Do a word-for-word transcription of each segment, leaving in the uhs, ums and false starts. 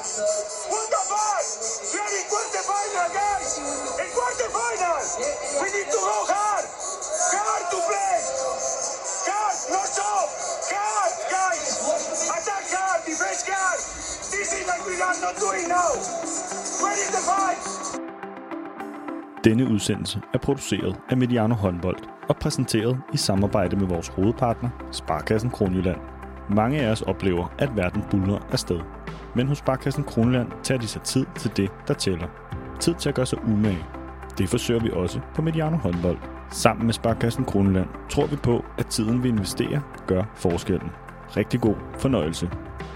What the fuck? We are in quarterfinal, guys! In quarterfinal! We need to go hard! Hard to play! Hard, not soft! Hard, guys! Attack hard, defense hard! This is what we are not doing now! Where is the fight? Denne udsendelse er produceret af Mediano Håndbold og præsenteret i samarbejde med vores hovedpartner, Sparkassen Kronjylland. Mange af os oplever, at verden buldrer afsted. Men hos Sparkassen Kronjylland tager de sig tid til det, der tæller. Tid til at gøre sig umage. Det forsøger vi også på Mediano Håndbold. Sammen med Sparkassen Kronjylland tror vi på, at tiden vi investerer gør forskellen. Rigtig god fornøjelse.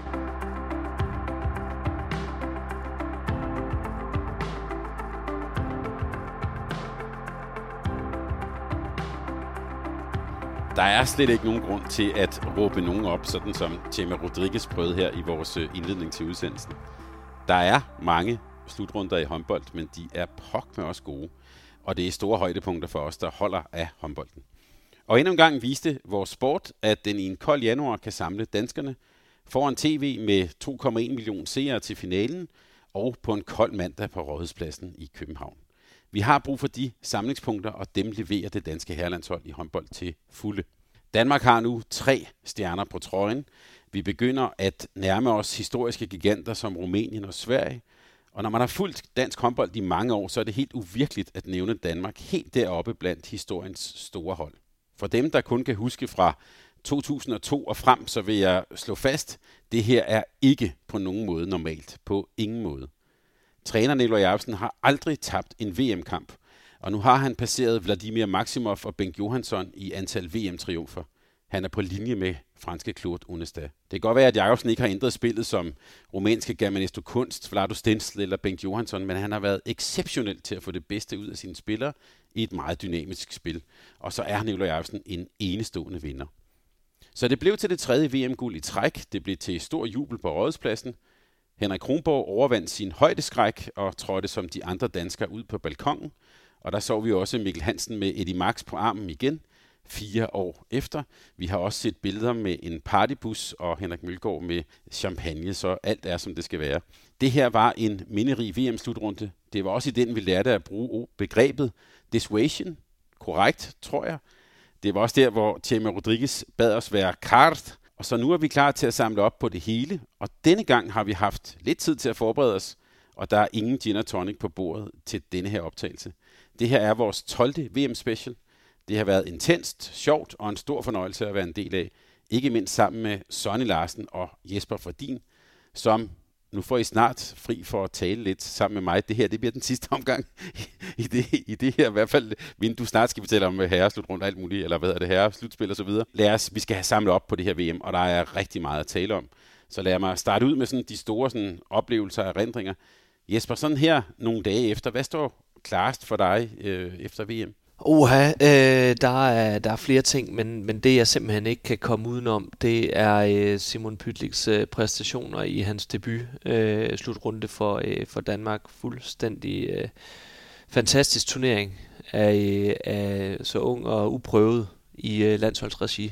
Der er slet ikke nogen grund til at råbe nogen op, sådan som Chema Rodriguez prøvede her i vores indledning til udsendelsen. Der er mange slutrunder i håndbold, men de er pok med os gode. Og det er store højdepunkter for os, der holder af håndbolden. Og endnu en gang viste vores sport, at den i en kold januar kan samle danskerne foran tv med to komma en millioner seere til finalen og på en kold mandag på Rådhuspladsen i København. Vi har brug for de samlingspunkter, og dem leverer det danske herrelandshold i håndbold til fulde. Danmark har nu tre stjerner på trøjen. Vi begynder at nærme os historiske giganter som Rumænien og Sverige. Og når man har fulgt dansk håndbold i mange år, så er det helt uvirkeligt at nævne Danmark helt deroppe blandt historiens store hold. For dem, der kun kan huske fra to tusind og to og frem, så vil jeg slå fast, det her er ikke på nogen måde normalt. På ingen måde. Træner Nikolaj Jacobsen har aldrig tabt en V M-kamp, og nu har han passeret Vladimir Maximov og Bengt Johansson i antal V M-triumfer. Han er på linje med franske Claude Onesta. Det kan godt være, at Jacobsen ikke har ændret spillet som rumænske Germanesto Kunst, Vlado Stensl eller Bengt Johansson, men han har været exceptionel til at få det bedste ud af sine spillere i et meget dynamisk spil. Og så er Nikolaj Jacobsen en enestående vinder. Så det blev til det tredje V M-guld i træk. Det blev til stor jubel på Rådhuspladsen. Henrik Kronborg overvandt sin højdeskræk og trådte som de andre danskere ud på balkongen. Og der så vi også Mikkel Hansen med Eddie Max på armen igen, fire år efter. Vi har også set billeder med en partybus og Henrik Mølgaard med champagne, så alt er, som det skal være. Det her var en minderig V M-slutrunde. Det var også i den, vi lærte at bruge begrebet dissuasion. Korrekt, tror jeg. Det var også der, hvor Chema Rodriguez bad os være kart. Og så nu er vi klar til at samle op på det hele, og denne gang har vi haft lidt tid til at forberede os, og der er ingen gin og tonic på bordet til denne her optagelse. Det her er vores tolvte V M-special. Det har været intenst, sjovt og en stor fornøjelse at være en del af, ikke mindst sammen med Sonny Larsen og Jesper Fordin, som nu får I snart fri for at tale lidt sammen med mig. Det her det bliver den sidste omgang i det, i det her i hvert fald, men du snart skal fortælle om herreslutrunde og alt muligt, eller hvad er det, herreslutspil og så videre. Lad os, vi skal have samlet op på det her V M, og der er rigtig meget at tale om. Så lad mig starte ud med sådan de store sådan, oplevelser og erindringer. Jesper, sådan her nogle dage efter, hvad står klarest for dig øh, efter V M? Oha, øh, der, er, der er flere ting, men, men det jeg simpelthen ikke kan komme udenom, det er øh, Simon Pytliks øh, præstationer i hans debut øh, slutrunde for, øh, for Danmark. Fuldstændig øh, fantastisk turnering af, øh, af så ung og uprøvet i øh, landsholdsregi.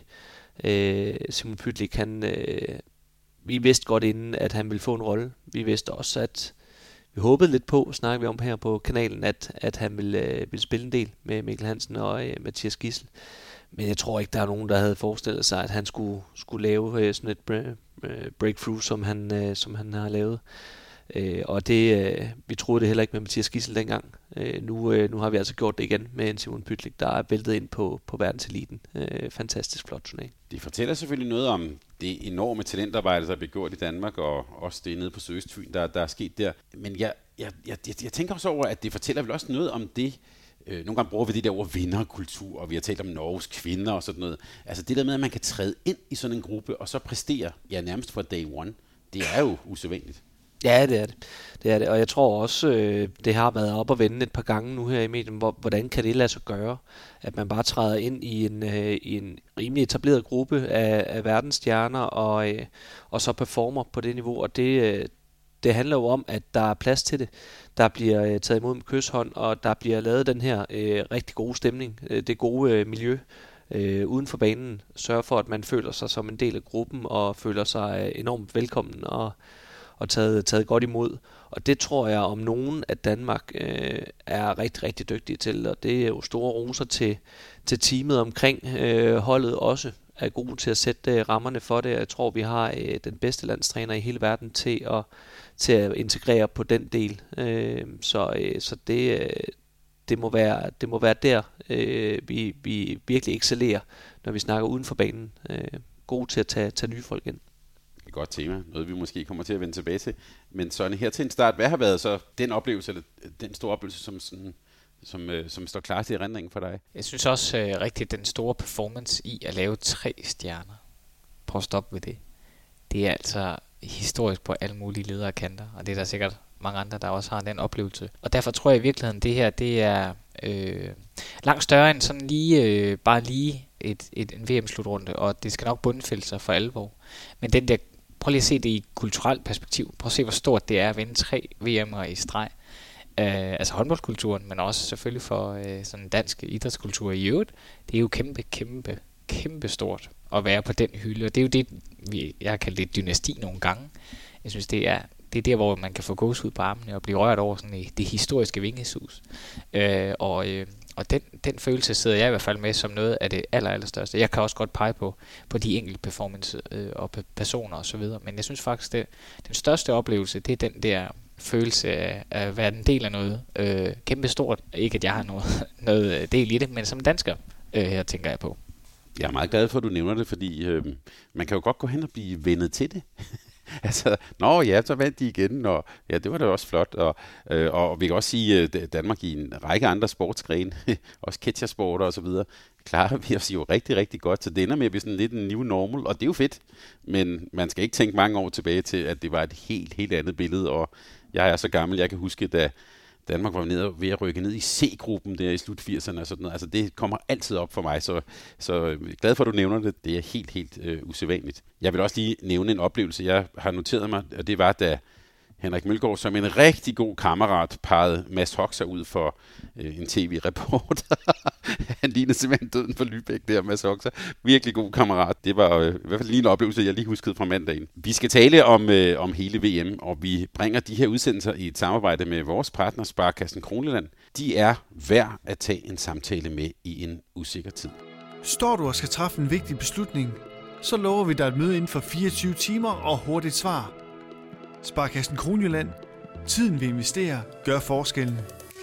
Øh, Simon Pytlik, han, øh, vi vidste godt inden, at han ville få en rolle. Vi vidste også, at vi håbede lidt på, snakker vi om her på kanalen, at, at han ville, øh, ville spille en del med Mikkel Hansen og øh, Mathias Gidsel. Men jeg tror ikke, der er nogen, der havde forestillet sig, at han skulle, skulle lave øh, sådan et øh, breakthrough, som han, øh, som han har lavet. Øh, og det, øh, vi troede det heller ikke med Mathias Gidsel dengang. Øh, nu, øh, nu har vi altså gjort det igen med en Simon Pytlik, der er væltet ind på, på verdenseliten. Øh, fantastisk flot turnering. Det fortæller selvfølgelig noget om det enorme talentarbejde, der er begået i Danmark, og også det nede på Sydøstfyn, der, der er sket der. Men jeg, jeg, jeg, jeg, jeg tænker også over, at det fortæller vel også noget om det. Øh, nogle gange bruger vi det der ord vinderkultur, og vi har talt om Norges kvinder og sådan noget. Altså det der med, at man kan træde ind i sådan en gruppe, og så præstere, ja nærmest fra day one, det er jo usædvanligt. Ja, det er det. det er det. Og jeg tror også, øh, det har været op og vende et par gange nu her i medien, hvor, hvordan kan det lade sig gøre, at man bare træder ind i en, øh, i en rimelig etableret gruppe af, af verdensstjerner, og, øh, og så performer på det niveau. Og det, øh, det handler jo om, at der er plads til det. Der bliver øh, taget imod med kyshånd, og der bliver lavet den her øh, rigtig gode stemning, øh, det gode øh, miljø øh, uden for banen. Sørger for, at man føler sig som en del af gruppen, og føler sig øh, enormt velkommen, og og taget, taget godt imod. Og det tror jeg om nogen, at Danmark øh, er rigtig, rigtig dygtige til. Og det er jo store roser til, til teamet omkring øh, holdet også. Er gode til at sætte rammerne for det. Jeg tror, vi har øh, den bedste landstræner i hele verden til at, til at integrere på den del. Øh, så, øh, så det, øh, det, må være, det må være der, øh, vi, vi virkelig excellerer, når vi snakker uden for banen. Øh, gode til at tage, tage nye folk ind. Et godt tema, noget vi måske kommer til at vende tilbage til. Men Sonny, her til en start, hvad har været så den oplevelse, eller den store oplevelse, som sådan Som, øh, som står klar til erindringen for dig? Jeg synes også øh, rigtigt, den store performance i at lave tre stjerner. Prøv at stoppe ved det. Det er altså historisk på alle mulige ledere kanter, og det er der sikkert mange andre, der også har den oplevelse. Og derfor tror jeg i virkeligheden, det her, det er øh, langt større end sådan lige, øh, bare lige et, et, en V M-slutrunde, og det skal nok bundfælde sig for alvor. Men den der, prøv lige at se det i kulturelt perspektiv. Prøv at se, hvor stort det er at vinde tre V M'er i streg. Uh, altså håndboldkulturen, men også selvfølgelig for uh, sådan dansk idrætskultur i øvrigt. Det er jo kæmpe, kæmpe, kæmpe stort at være på den hylde, og det er jo det, vi, jeg har kaldt det dynasti nogle gange. Jeg synes, det er, det er der, hvor man kan få gåsehud på armene og blive rørt over sådan i det historiske vingesus. Uh, og uh, og den, den følelse sidder jeg i hvert fald med som noget af det aller, aller største. Jeg kan også godt pege på, på de enkelte performance uh, og personer osv., men jeg synes faktisk, det den største oplevelse, det er den der følelse af at være en del af noget øh, kæmpe stort. Ikke at jeg har noget, noget del i det, men som dansker øh, her tænker jeg på. Jeg er meget glad for, at du nævner det, fordi øh, man kan jo godt gå hen og blive vendet til det. altså, nå ja, så vandt de igen, og ja, det var da også flot. Og, øh, og vi kan også sige, at Danmark i en række andre sportsgrene, også catchersporter og så videre, klarer vi os jo rigtig, rigtig godt. Så det ender med at blive sådan lidt en new normal, og det er jo fedt. Men man skal ikke tænke mange år tilbage til, at det var et helt, helt andet billede, og jeg er så gammel, jeg kan huske, da Danmark var ned, ved at rykke ned i C-gruppen der i slut firserne og sådan noget. Altså det kommer altid op for mig, så, så glad for, at du nævner det. Det er helt, helt øh, usædvanligt. Jeg vil også lige nævne en oplevelse, jeg har noteret mig, og det var, da Henrik Mølgaard som en rigtig god kammerat pegede Mads Hoxer ud for øh, en tv-reporter. Han lignede simpelthen døden for Lübeck der, Mads Hoxer. Virkelig god kammerat. Det var øh, i hvert fald lige en oplevelse, jeg lige huskede fra mandagen. Vi skal tale om, øh, om hele V M, og vi bringer de her udsendelser i et samarbejde med vores partner, Sparkassen Kronjylland. De er værd at tage en samtale med i en usikker tid. Står du og skal træffe en vigtig beslutning, så lover vi dig et møde inden for fireogtyve timer og hurtigt svar. Sparkassen Kronjylland. Tiden vi investerer gør forskellen.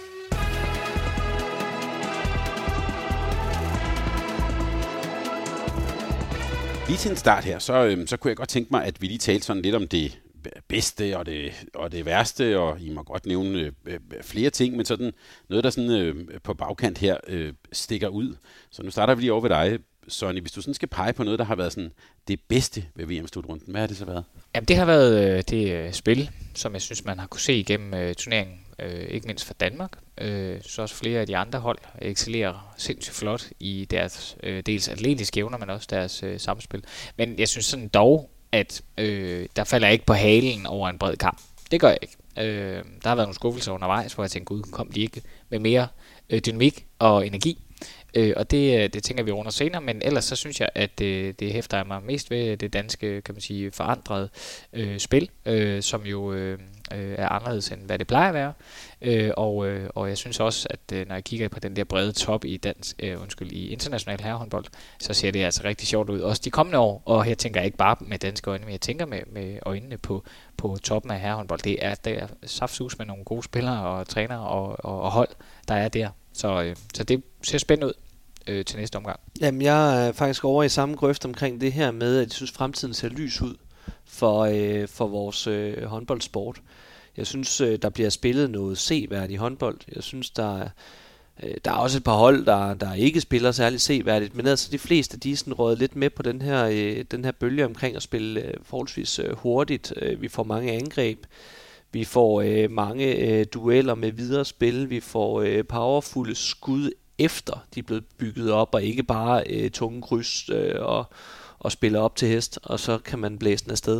Lige til en start her, så, øhm, så kunne jeg godt tænke mig, at vi lige talte sådan lidt om det bedste og det, og det værste, og I må godt nævne øh, flere ting, men sådan noget, der sådan øh, på bagkant her øh, stikker ud. Så nu starter vi lige over ved dig, Sonny. Hvis du sådan skal pege på noget, der har været sådan det bedste ved V M-slutrunden, hvad har det så været? Jamen det har været øh, det øh, spil, som jeg synes, man har kunne se igennem øh, turneringen, øh, ikke mindst for Danmark. Øh, så også flere af de andre hold excellerer sindssygt flot i deres øh, dels atletiske evner, men også deres øh, samspil. Men jeg synes sådan dog, at øh, der falder jeg ikke på halen over en bred kamp. Det gør jeg ikke. Øh, der har været nogle skuffelser undervejs, hvor jeg tænkte, gud, kom de ikke med mere øh, dynamik og energi. Øh, og det, det tænker vi under senere, men ellers så synes jeg, at det, det hæfter mig mest ved det danske, kan man sige, forandrede øh, spil, øh, som jo øh, er anderledes end hvad det plejer at være. Øh, og, øh, og jeg synes også, at øh, når jeg kigger på den der brede top i dansk, øh, undskyld, i international herrehåndbold, så ser det altså rigtig sjovt ud, også de kommende år. Og her tænker jeg ikke bare med danske øjne, men jeg tænker med, med øjnene på, på toppen af herrehåndbold. Det er, det er saftsus med nogle gode spillere og trænere og, og, og hold, der er der. Så, øh, så det ser spændende ud øh, til næste omgang. Jamen, jeg er faktisk over i samme grøft omkring det her med, at jeg synes, fremtiden ser lys ud for, øh, for vores øh, håndboldsport. Jeg synes, øh, der bliver spillet noget seværdigt håndbold. Jeg synes, der er, øh, der er også et par hold, der, der ikke spiller særligt seværdigt, men altså de fleste, de er sådan røget lidt med på den her, øh, den her bølge omkring at spille øh, forholdsvis øh, hurtigt. Øh, vi får mange angreb. Vi får øh, mange øh, dueller med videre spil. Vi får øh, powerfulde skud efter de er blevet bygget op, og ikke bare øh, tunge kryds øh, og, og spiller op til hest, og så kan man blæse den afsted.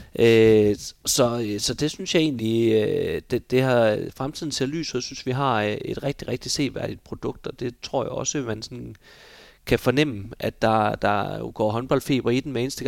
Øh, så, så det synes jeg egentlig, øh, det, det har fremtiden ser lys, og jeg synes, vi har øh, et rigtig, rigtig seværdigt produkt, og det tror jeg også, man sådan kan fornemme, at der, der jo går håndboldfeber i den hver eneste gang.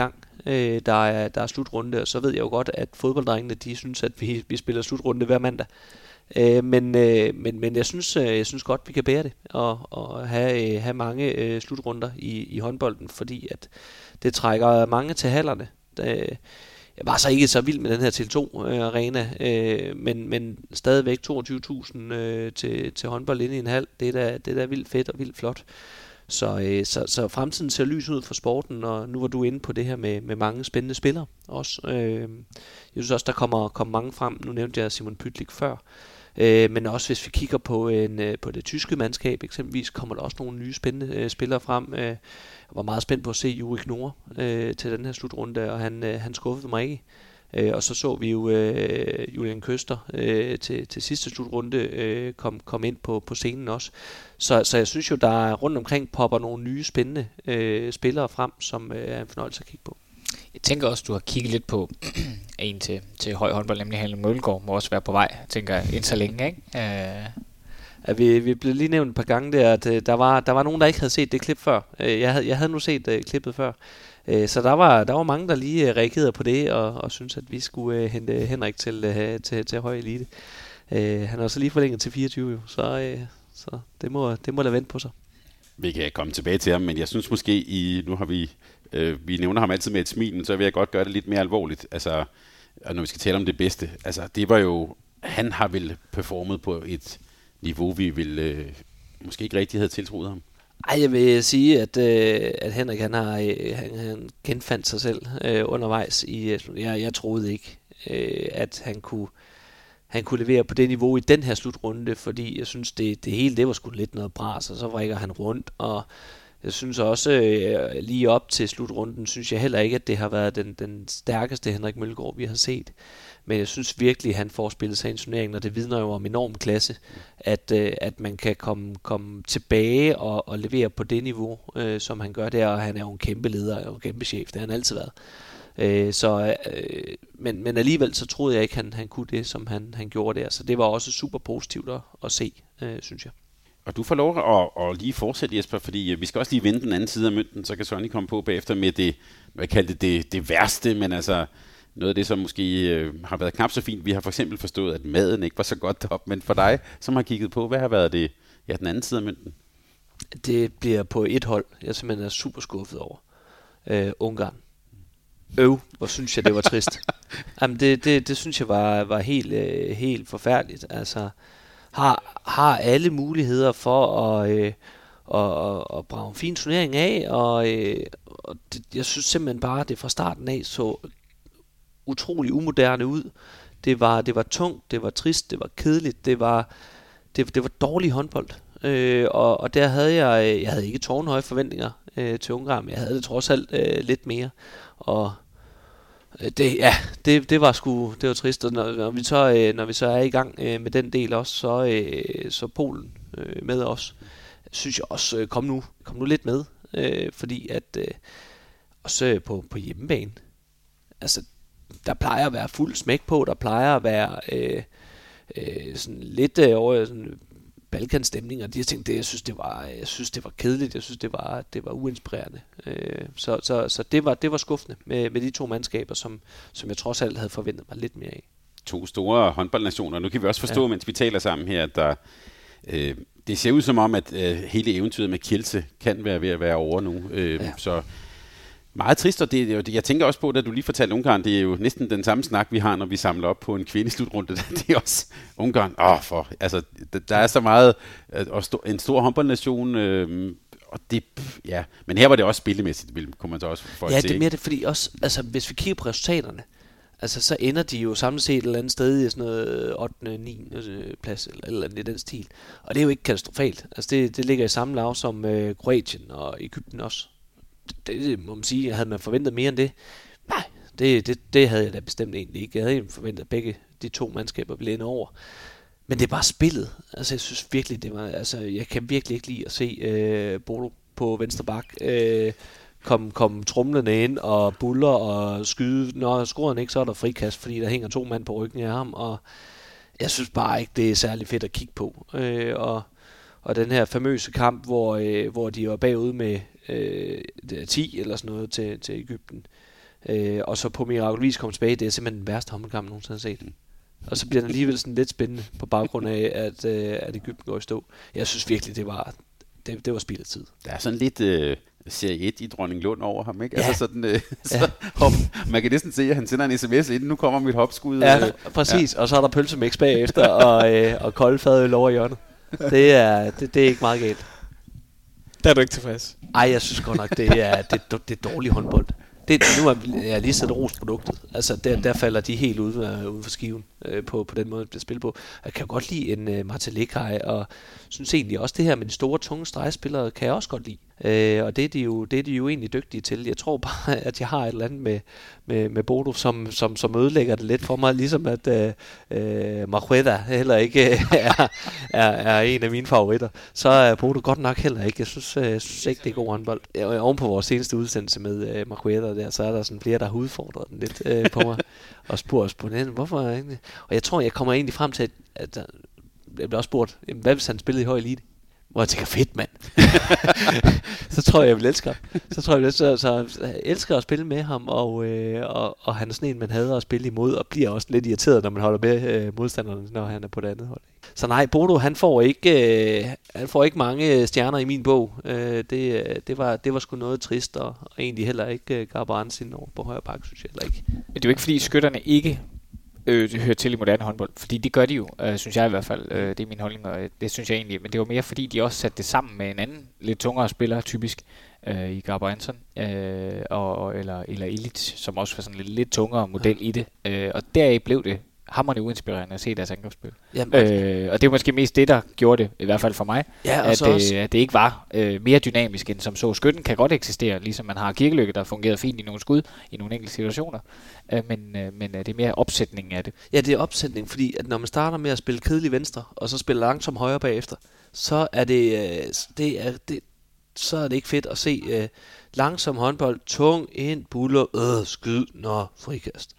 øh, der, er, der er slutrunde, og så ved jeg jo godt, at fodbolddrengene, de synes, at vi, vi spiller slutrunde hver mandag. Øh, men, øh, men, men jeg synes, øh, jeg synes godt, vi kan bære det, og, og have, øh, have mange øh, slutrunder i, i håndbolden, fordi at det trækker mange til hallerne. Det, jeg var så ikke så vild med den her Tele to øh, arena, øh, men, men stadigvæk toogtyve tusind øh, til, til håndbold inde i en hal, det er da, det er da vildt fedt og vildt flot. Så, øh, så, så fremtiden ser lys ud for sporten, og nu var du inde på det her med, med mange spændende spillere også. Øh, jeg synes også, der kommer, kommer mange frem. Nu nævnte jeg Simon Pytlik før. Øh, men også hvis vi kigger på, en, på det tyske mandskab eksempelvis, kommer der også nogle nye spændende øh, spillere frem. Øh, jeg var meget spændt på at se Juri Knorr øh, til den her slutrunde, og han, øh, han skuffede mig ikke. Øh, og så så vi jo øh, Julian Køster øh, til, til sidste slutrunde øh, kom, kom ind på, på scenen også. Så, så jeg synes jo, der rundt omkring popper nogle nye spændende øh, spillere frem, som øh, er en fornøjelse at kigge på. Jeg tænker også, du har kigget lidt på en til, til høj håndbold, nemlig Hanne Mølgaard, må også være på vej, tænker jeg, indtil længe, ikke? Uh... Ja, vi, vi blev lige nævnt et par gange der, at uh, der, var, der var nogen, der ikke havde set det klip før. Uh, jeg, havde, jeg havde nu set uh, klippet før. Uh, så der var, der var mange, der lige uh, reagerede på det, og, og syntes, at vi skulle uh, hente Henrik til, uh, til, til høj elite. Uh, han er så lige forlænget til fireogtyve, jo, så, uh, så det, må, det må da vente på sig. Vi kan komme tilbage til ham, men jeg synes måske, i, nu har vi, øh, vi nævner ham altid med et smil, men så vil jeg godt gøre det lidt mere alvorligt. Altså, når vi skal tale om det bedste. Altså, det var jo, han har vel performet på et niveau, vi vil øh, måske ikke rigtig havde tiltroet ham. Ej, jeg vil sige, at, øh, at Henrik han har øh, han, han genfandt sig selv øh, undervejs. I, jeg, jeg troede ikke, øh, at han kunne han kunne levere på det niveau i den her slutrunde, fordi jeg synes, det, det hele det var sgu lidt noget bras, og så vrikker han rundt, og jeg synes også, øh, lige op til slutrunden, synes jeg heller ikke, at det har været den, den stærkeste Henrik Mølgaard, vi har set. Men jeg synes virkelig, at han får spillet sig i en turnering, og det vidner jo om enorm klasse, at, øh, at man kan komme, komme tilbage og, og levere på det niveau, øh, som han gør der, og han er jo en kæmpe leder og en kæmpe chef, det har han altid været. Øh, så, øh, men, men alligevel så troede jeg ikke, han, han kunne det, som han, han gjorde der. Så det var også super positivt at, at se, øh, synes jeg. Og du får lov at, at lige fortsætte, Jesper, fordi vi skal også lige vende den anden side af mønten, så kan Sonny komme på bagefter med det, hvad jeg kalder det, det, det værste, men altså noget af det, som måske øh, har været knap så fint. Vi har for eksempel forstået, at maden ikke var så godt deroppe, men for dig, som har kigget på, hvad har været det, ja, den anden side af mønten? Det bliver på et hold, jeg simpelthen er super skuffet over. Øh, Ungarn. Øv, hvor synes jeg, det var trist. Jamen, det, det, det synes jeg var, var helt, øh, helt forfærdeligt. Altså, har, har alle muligheder for at, øh, at, at, at brage en fin turnering af, og, øh, og det, jeg synes simpelthen bare, at det fra starten af så utrolig umoderne ud. Det var, det var tungt, det var trist, det var kedeligt, det var, det, det var dårlig håndbold. Øh, og, og der havde jeg, jeg havde ikke tårnhøje forventninger øh, til Ungarn, men jeg havde det trods alt øh, lidt mere. Og det, ja, det, det var sgu, det var trist. Og når, når vi så, øh, når vi så er i gang øh, med den del også, så, øh, så Polen øh, med os, synes jeg også, øh, kom nu, kom nu lidt med, øh, fordi at øh, også på, på hjemmebane, altså der plejer at være fuld smæk på, der plejer at være øh, øh, sådan lidt øh, over sådan Balkan-stemning, og de her ting, det, jeg synes, det var, jeg synes, det var kedeligt, jeg synes, det var, det var uinspirerende. Øh, så så, så det, var, det var skuffende med, med de to mandskaber, som, som jeg trods alt havde forventet mig lidt mere af. To store håndboldnationer. Nu kan vi også forstå, ja, mens vi taler sammen her, at der, øh, det ser ud som om, at øh, hele eventyret med Kielce kan være ved at være over nu. Øh, ja. Så meget trist, og det, jeg tænker også på, da du lige fortalte Ungarn, det er jo næsten den samme snak, vi har, når vi samler op på en kvindeslutrunde. Det er også Ungarn. Åh, for, altså, der er så meget, og en stor håndboldnation, øh, og det, ja, men her var det også spillemæssigt, kunne man så også få ja, til. det er mere det, fordi også, altså, hvis vi kigger på resultaterne, altså, så ender de jo samlet set et eller andet sted i sådan noget ottende niende plads, eller eller andet i den stil. Og det er jo ikke katastrofalt. Altså, det, det ligger i samme lav som øh, Kroatien og Egypten også. Det, det må man sige, havde man forventet mere end det? Nej, det, det, det havde jeg da bestemt egentlig ikke. Jeg havde forventet, at begge de to mandskaber ville ende over. Men det er bare spillet. Altså, jeg synes virkelig, det var, altså, jeg kan virkelig ikke lide at se øh, Bodo på venstre bak øh, komme kom trumlende ind og buller og skyde. Når scorer han ikke, så er der frikast, fordi der hænger to mand på ryggen af ham. Og jeg synes bare ikke, det er særlig fedt at kigge på. Øh, og, og den her famøse kamp, hvor, øh, hvor de var bagud med Øh, ti eller sådan noget til, til Egypten. øh, og så på mirakelvis komme tilbage. Det er simpelthen den værste håndboldkamp, nogensinde har set. Og så bliver den alligevel sådan lidt spændende på baggrund af, at, øh, at Egypten går i stå. Jeg synes virkelig, det var, det, det var spild af tid. Der er sådan lidt øh, serie et i Dronning Lund over ham, ikke? Ja. Altså sådan, øh, så Ja. hop, man kan næsten se, at han sender en sms ind, nu kommer mit hopskud. Ja, øh, præcis. Ja. Og så er der pølsemix bagefter, og, øh, og kolde fadøl over hjørnet. Det er, det, det er ikke meget galt. Der er du ikke tilfreds. Ej, jeg synes godt nok, det er, det, det er dårlig håndbold. Det, nu er jeg lige sat rost produktet. Altså, der, der falder de helt ude, uh, ude for skiven uh, på, på den måde, det bliver spillet på. Jeg kan godt lide en uh, Marta Lekaj, og synes egentlig også, det her med de store, tunge stregspillere, kan jeg også godt lide. Uh, og det er, de jo, det er de jo egentlig dygtige til. Jeg tror bare, at jeg har et eller andet med, med, med Bodo, som, som, som ødelægger det lidt for mig, ligesom at uh, uh, Marjueda heller ikke er, er, er en af mine favoritter. Så er Bodo godt nok heller ikke. Jeg synes, uh, jeg synes ikke, det er god håndbold. Oven på vores seneste udsendelse med uh, Marjueda der, så er der sådan flere, der har udfordret den lidt uh, på mig, og spurgt os på den. Hvorfor er egentlig? Og jeg tror, jeg kommer egentlig frem til, at, at jeg bliver også spurgt, hvad hvis han spillede i høj elite? Hvor jeg tænker, fedt mand. Så tror jeg, jeg vil elske ham. Så tror jeg, jeg, så, så jeg elsker at spille med ham, og, øh, og, og han er sådan en, man hader at spille imod, og bliver også lidt irriteret, når man holder med øh, modstanderne, når han er på det andet hold. Så nej, Bodo, han får ikke, øh, han får ikke mange stjerner i min bog. Øh, det, det, var, det var sgu noget trist, og, og egentlig heller ikke øh, Garbarandsen over på højre bakke, synes jeg heller ikke. Men det er jo ikke, fordi skytterne ikke øh, hører til i moderne håndbold, fordi det gør de jo, øh, synes jeg i hvert fald. Øh, det er min holdning, og det synes jeg egentlig. Men det var mere, fordi de også satte det sammen med en anden, lidt tungere spiller, typisk øh, i Garbarandsen, øh, og, eller, eller Illich, som også var sådan lidt, lidt tungere model ja. i det. Øh, og deraf blev det hamrende uinspirerende at se deres angrebsspil. Jamen, øh, og det er måske mest det, der gjorde det, i hvert fald for mig, ja, at, øh, at det ikke var øh, mere dynamisk end som så. Skytten kan godt eksistere, ligesom man har Kirkelykke, der fungerede fint i nogle skud, i nogle enkelte situationer, øh, men, øh, men øh, det er mere opsætningen af det. Ja, det er opsætning, fordi at når man starter med at spille kedelig venstre, og så spiller langsom højre bagefter, så er det, øh, det, er, det, så er det ikke fedt at se øh, langsom håndbold, tung ind, buller, øh, skyd, nå, frikast.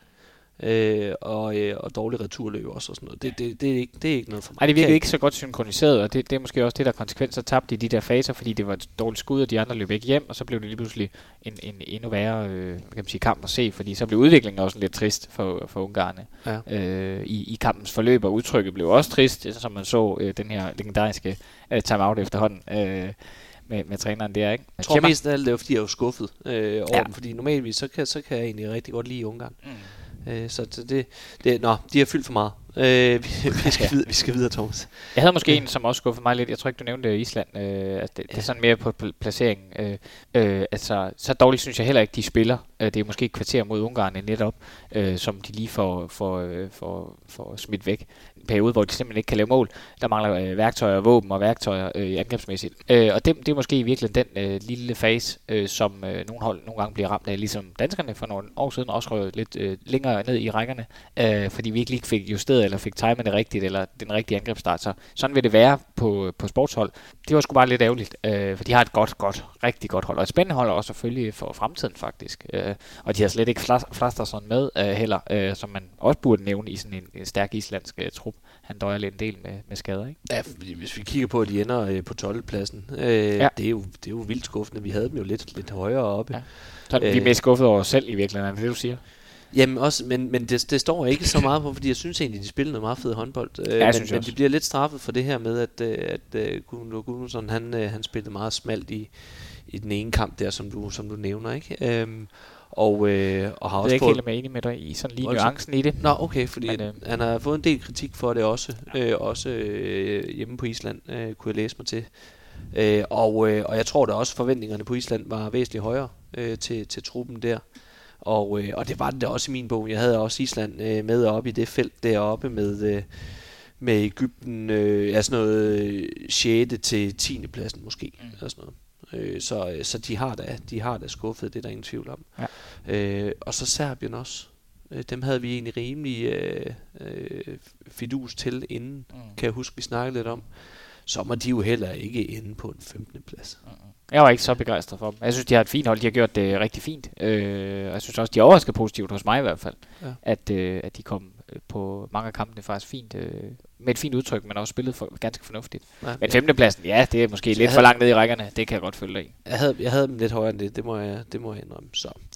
Øh, og, øh, og dårlig returløb også og sådan noget. Det, det, det, er ikke, det er ikke noget for mig. Nej, det virker ikke så godt synkroniseret, og det, det er måske også det, der konsekvenser tabte i de der faser, fordi det var et dårligt skud, og de andre løb ikke hjem, og så blev det lige pludselig en, en endnu værre øh, kan man sige, kamp at se, fordi så blev udviklingen også lidt trist for, for ungarerne ja. øh, i, i kampens forløb, og udtrykket blev også trist, som man så øh, den her legendariske øh, timeout efterhånden. Øh, Med, med træneren der, ikke? Jeg tror mest af alt, det er fordi jeg er jo skuffet øh, over ja. dem, fordi normalvis, så kan, så kan jeg egentlig rigtig godt lide Ungarn. Mm. Øh, så det, det, nå, de har fyldt for meget. Øh, vi, vi, skal videre, vi skal videre, Thomas. Jeg havde måske ja. en, som også skuffede mig lidt. Jeg tror ikke, du nævnte Island. Øh, at det, ja. det er sådan mere på placeringen. Øh, øh, altså, så dårligt synes jeg heller ikke, de spiller. Øh, det er måske et kvarter mod Ungarn netop, øh, som de lige får, får, øh, får, får smidt væk. En periode, hvor de simpelthen ikke kan lave mål. Der mangler øh, værktøjer, våben og værktøjer øh, angrebsmæssigt. Øh, og det, det er måske i virkeligheden den øh, lille fase, øh, som øh, nogle hold nogle gange bliver ramt af, ligesom danskerne for nogle år siden også røget lidt øh, længere ned i rækkerne, øh, fordi vi ikke lige fik justeret eller fik timet det rigtigt, eller den rigtige angrebsstart. Så sådan vil det være på, på sportshold. Det var sgu bare lidt ærgerligt, øh, for de har et godt, godt, rigtig godt hold, og et spændende hold også selvfølgelig for fremtiden faktisk. Øh, og de har slet ikke Flastersson med øh, heller, øh, som man også burde nævne i sådan en, en stærk islandsk øh, trup. Han døjer lidt en del med, med skader, ikke? Ja, hvis vi kigger på, at de ender øh, på tolvte pladsen, øh, ja. det, er jo, det er jo vildt skuffende. Vi havde dem jo lidt, lidt højere oppe. Ja. Så er vi mest skuffet over os selv i virkeligheden, det du siger? Jamen også, men, men det, det står ikke så meget på, fordi jeg synes egentlig, de spiller noget meget fed håndbold. Ja, men, synes men de bliver lidt straffet for det her med, at, at, at Guno Gunnarsson, han, han spillede meget smalt i, i den ene kamp der, som du, som du nævner, ikke? Øhm, og, øh, og har jeg også er ikke fået... helt med enig med dig i sådan lige nuancen i det. Nå, okay, fordi men, øh, han har fået en del kritik for det også, ja. øh, også øh, hjemme på Island, øh, kunne jeg læse mig til. Øh, og, øh, og jeg tror da også, forventningerne på Island var væsentligt højere øh, til, til truppen der. Og, øh, og det var det da også i min bog. Jeg havde også Island øh, med oppe i det felt deroppe med, øh, med Egypten, øh, altså noget øh, sjette til tiende pladsen måske, mm. eller sådan noget. Øh, så, så de har da, de har da skuffet, det er der ingen tvivl om. Ja. Øh, og så Serbien også. Øh, dem havde vi egentlig rimelig øh, øh, fidus til inden, mm. kan jeg huske, vi snakkede lidt om. Så må de jo heller ikke inde på en femtende plads. Mm. Jeg var ikke så begejstret for dem. Jeg synes, de har et fint hold. De har gjort det rigtig fint. Øh, jeg synes også, de overrasker positivt hos mig i hvert fald. Ja. At, øh, at de kom på mange af kampene faktisk fint, øh, med et fint udtryk, men også spillet for, ganske fornuftigt. Ja. Men femtepladsen, ja, det er måske så lidt havde, for langt ned i rækkerne. Det kan jeg godt følge dig i. Jeg havde, jeg havde dem lidt højere end det. Det må jeg, det må jeg indrømme. Så,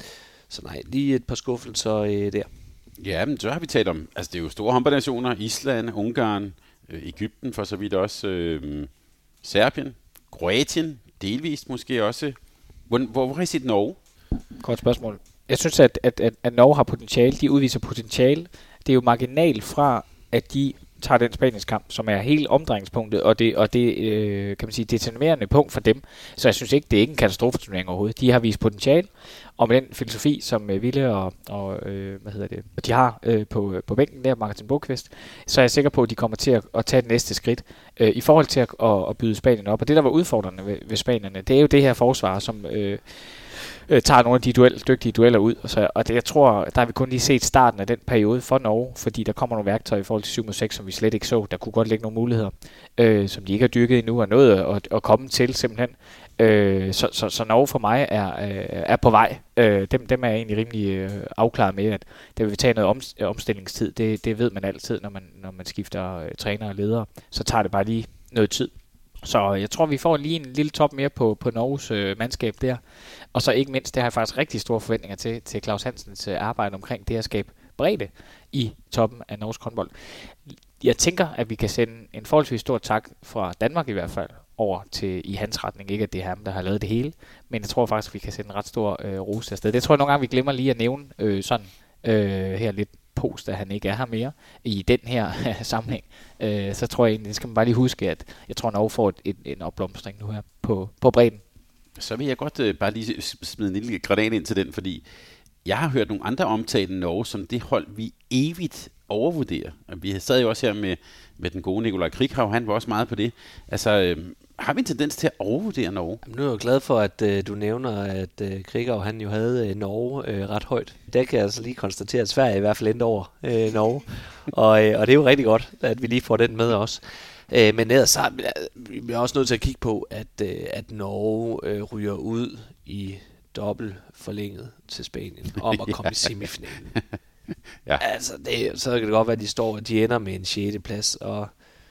så nej, lige et par skuffelser øh, der. Ja, men så har vi talt om, altså det er jo store håndboldnationer, Island, Ungarn, øh, Egypten for så vidt også, øh, Serbien, Kroatien, delvist måske også. Hvor, hvor, hvor har I set Norge? Godt spørgsmål. Jeg synes, at, at, at, at Norge har potentiale. De udviser potentiale. Det er jo marginalt fra, at de tager den Spaniens kamp, som er helt omdrejningspunktet, og det, og det øh, kan man sige, determinerende punkt for dem. Så jeg synes ikke, det er ikke en katastrofeturnering overhovedet. De har vist potentiale, og med den filosofi, som øh, Ville og, og øh, hvad hedder det, de har øh, på, på bænken der, Martin Bokvist, så er jeg sikker på, at de kommer til at, at tage det næste skridt øh, i forhold til at, at, at byde Spanien op. Og det, der var udfordrende ved, ved Spanierne, det er jo det her forsvar, som øh, øh, tager nogle af de duel, dygtige dueller ud. Og, så, og det, jeg tror, der har vi kun lige set starten af den periode for Norge, fordi der kommer nogle værktøjer i forhold til syv mod seks, som vi slet ikke så. Der kunne godt ligge nogle muligheder, øh, som de ikke har dyrket endnu, og noget at, at komme til simpelthen. Øh, så, så, så Norge for mig er, er på vej. Øh, dem, dem er jeg egentlig rimelig øh, afklaret med, at det vil tage noget om, omstillingstid. Det, det ved man altid, når man, når man skifter øh, træner og ledere. Så tager det bare lige noget tid. Så jeg tror, vi får lige en lille top mere på, på Norges øh, mandskab der. Og så ikke mindst, det har jeg faktisk rigtig store forventninger til, til Claus Hansens øh, arbejde omkring det at skabe bredde i toppen af norsk håndbold. Jeg tænker, at vi kan sende en forholdsvis stor tak fra Danmark i hvert fald over til i hans retning. Ikke at det er ham, der har lavet det hele, men jeg tror faktisk, at vi kan sende en ret stor øh, rose afsted. Det tror jeg nogle gange, vi glemmer lige at nævne øh, sådan øh, her lidt post, at han ikke er her mere i den her sammenhæng. Øh, så tror jeg egentlig, det skal man bare lige huske, at jeg tror, Norge får et, et, en opblomstring nu her på, på bredden. Så vil jeg godt øh, bare lige smide en lille granat ind til den, fordi jeg har hørt nogle andre omtale Norge som det hold, vi evigt overvurderer. Vi sad jo også her med, med den gode Nikolaj Krikhav, han var også meget på det. Altså, øh, har vi en tendens til at overvurdere Norge? Jamen, nu er jeg jo glad for, at øh, du nævner, at øh, Krikhav, han jo havde øh, Norge øh, ret højt. Der kan jeg altså lige konstatere, at Sverige i hvert fald endte over øh, Norge. og, øh, og det er jo rigtig godt, at vi lige får den med også. Øh, men ellers så er vi også nødt til at kigge på, at, øh, at Norge øh, ryger ud i dobbelt forlænget til Spanien om at komme i semifinalen. Ja. Altså, det, så kan det godt være, at de står, og de ender med en sjette plads, og,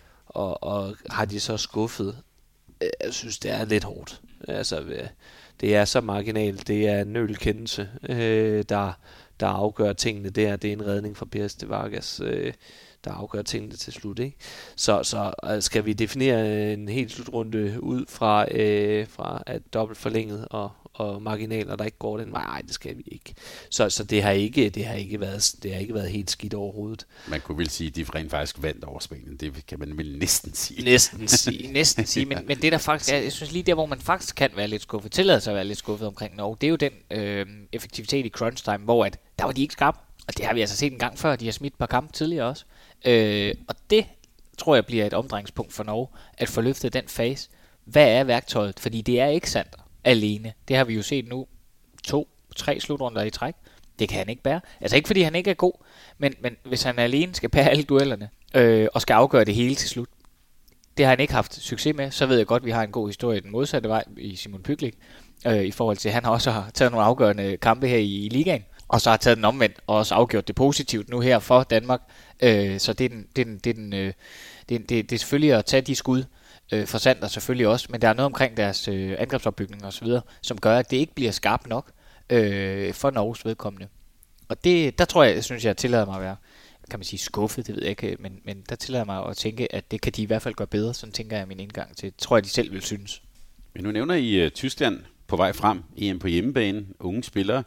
og, og har de så skuffet. Jeg synes, det er lidt hårdt. Altså, det er så marginalt. Det er en nølkendelse, øh, der, der afgør tingene der. Det er en redning fra Pérez de Vargas, øh, der afgør tingene til slut. Ikke? Så, så skal vi definere en helt slutrunde ud fra, øh, fra at dobbelt forlænget og og marginaler, der ikke går den vej. Nej, det skal vi ikke. Så, så det har ikke, det har ikke været, det har ikke været helt skidt overhovedet. Man kunne vel sige, at de rent faktisk vandt over Spanien. Det kan man vel næsten sige. Næsten sige. næsten sige, men, men det der faktisk er, jeg synes lige der, hvor man faktisk kan være lidt skuffet, tillader sig at være lidt skuffet omkring Norge, det er jo den øh, effektivitet i crunch time, hvor at, der var de ikke skarpe. Og det har vi altså set en gang før. De har smidt et par kampe tidligere også. Øh, og det tror jeg bliver et omdrejningspunkt for Norge, at få løftet den fase. Hvad er værktøjet? Fordi det er ikke sandt alene. Det har vi jo set nu to, tre slutrunder i træk. Det kan han ikke bære. Altså ikke fordi han ikke er god, men, men hvis han alene skal bære alle duellerne øh, og skal afgøre det hele til slut, det har han ikke haft succes med, så ved jeg godt, at vi har en god historie den modsatte vej i Simon Pytlik, øh, i forhold til, at han også har taget nogle afgørende kampe her i, i ligaen, og så har taget den omvendt og også afgjort det positivt nu her for Danmark. Øh, så det er, den, det, er den, det, er den, øh, det, er, det, det er selvfølgelig at tage de skud, Øh, for Sander selvfølgelig også, men der er noget omkring deres øh, angrebsopbygning og så videre, som gør, at det ikke bliver skarpt nok øh, for Norges vedkommende. Og det, der tror jeg, synes jeg, tillader mig at være, kan man sige, skuffet, det ved jeg ikke, men, men der tillader mig at tænke, at det kan de i hvert fald gøre bedre, sådan tænker jeg min indgang til. Det tror jeg, de selv vil synes. Men nu nævner I uh, Tyskland på vej frem, E M på hjemmebane, unge spillere,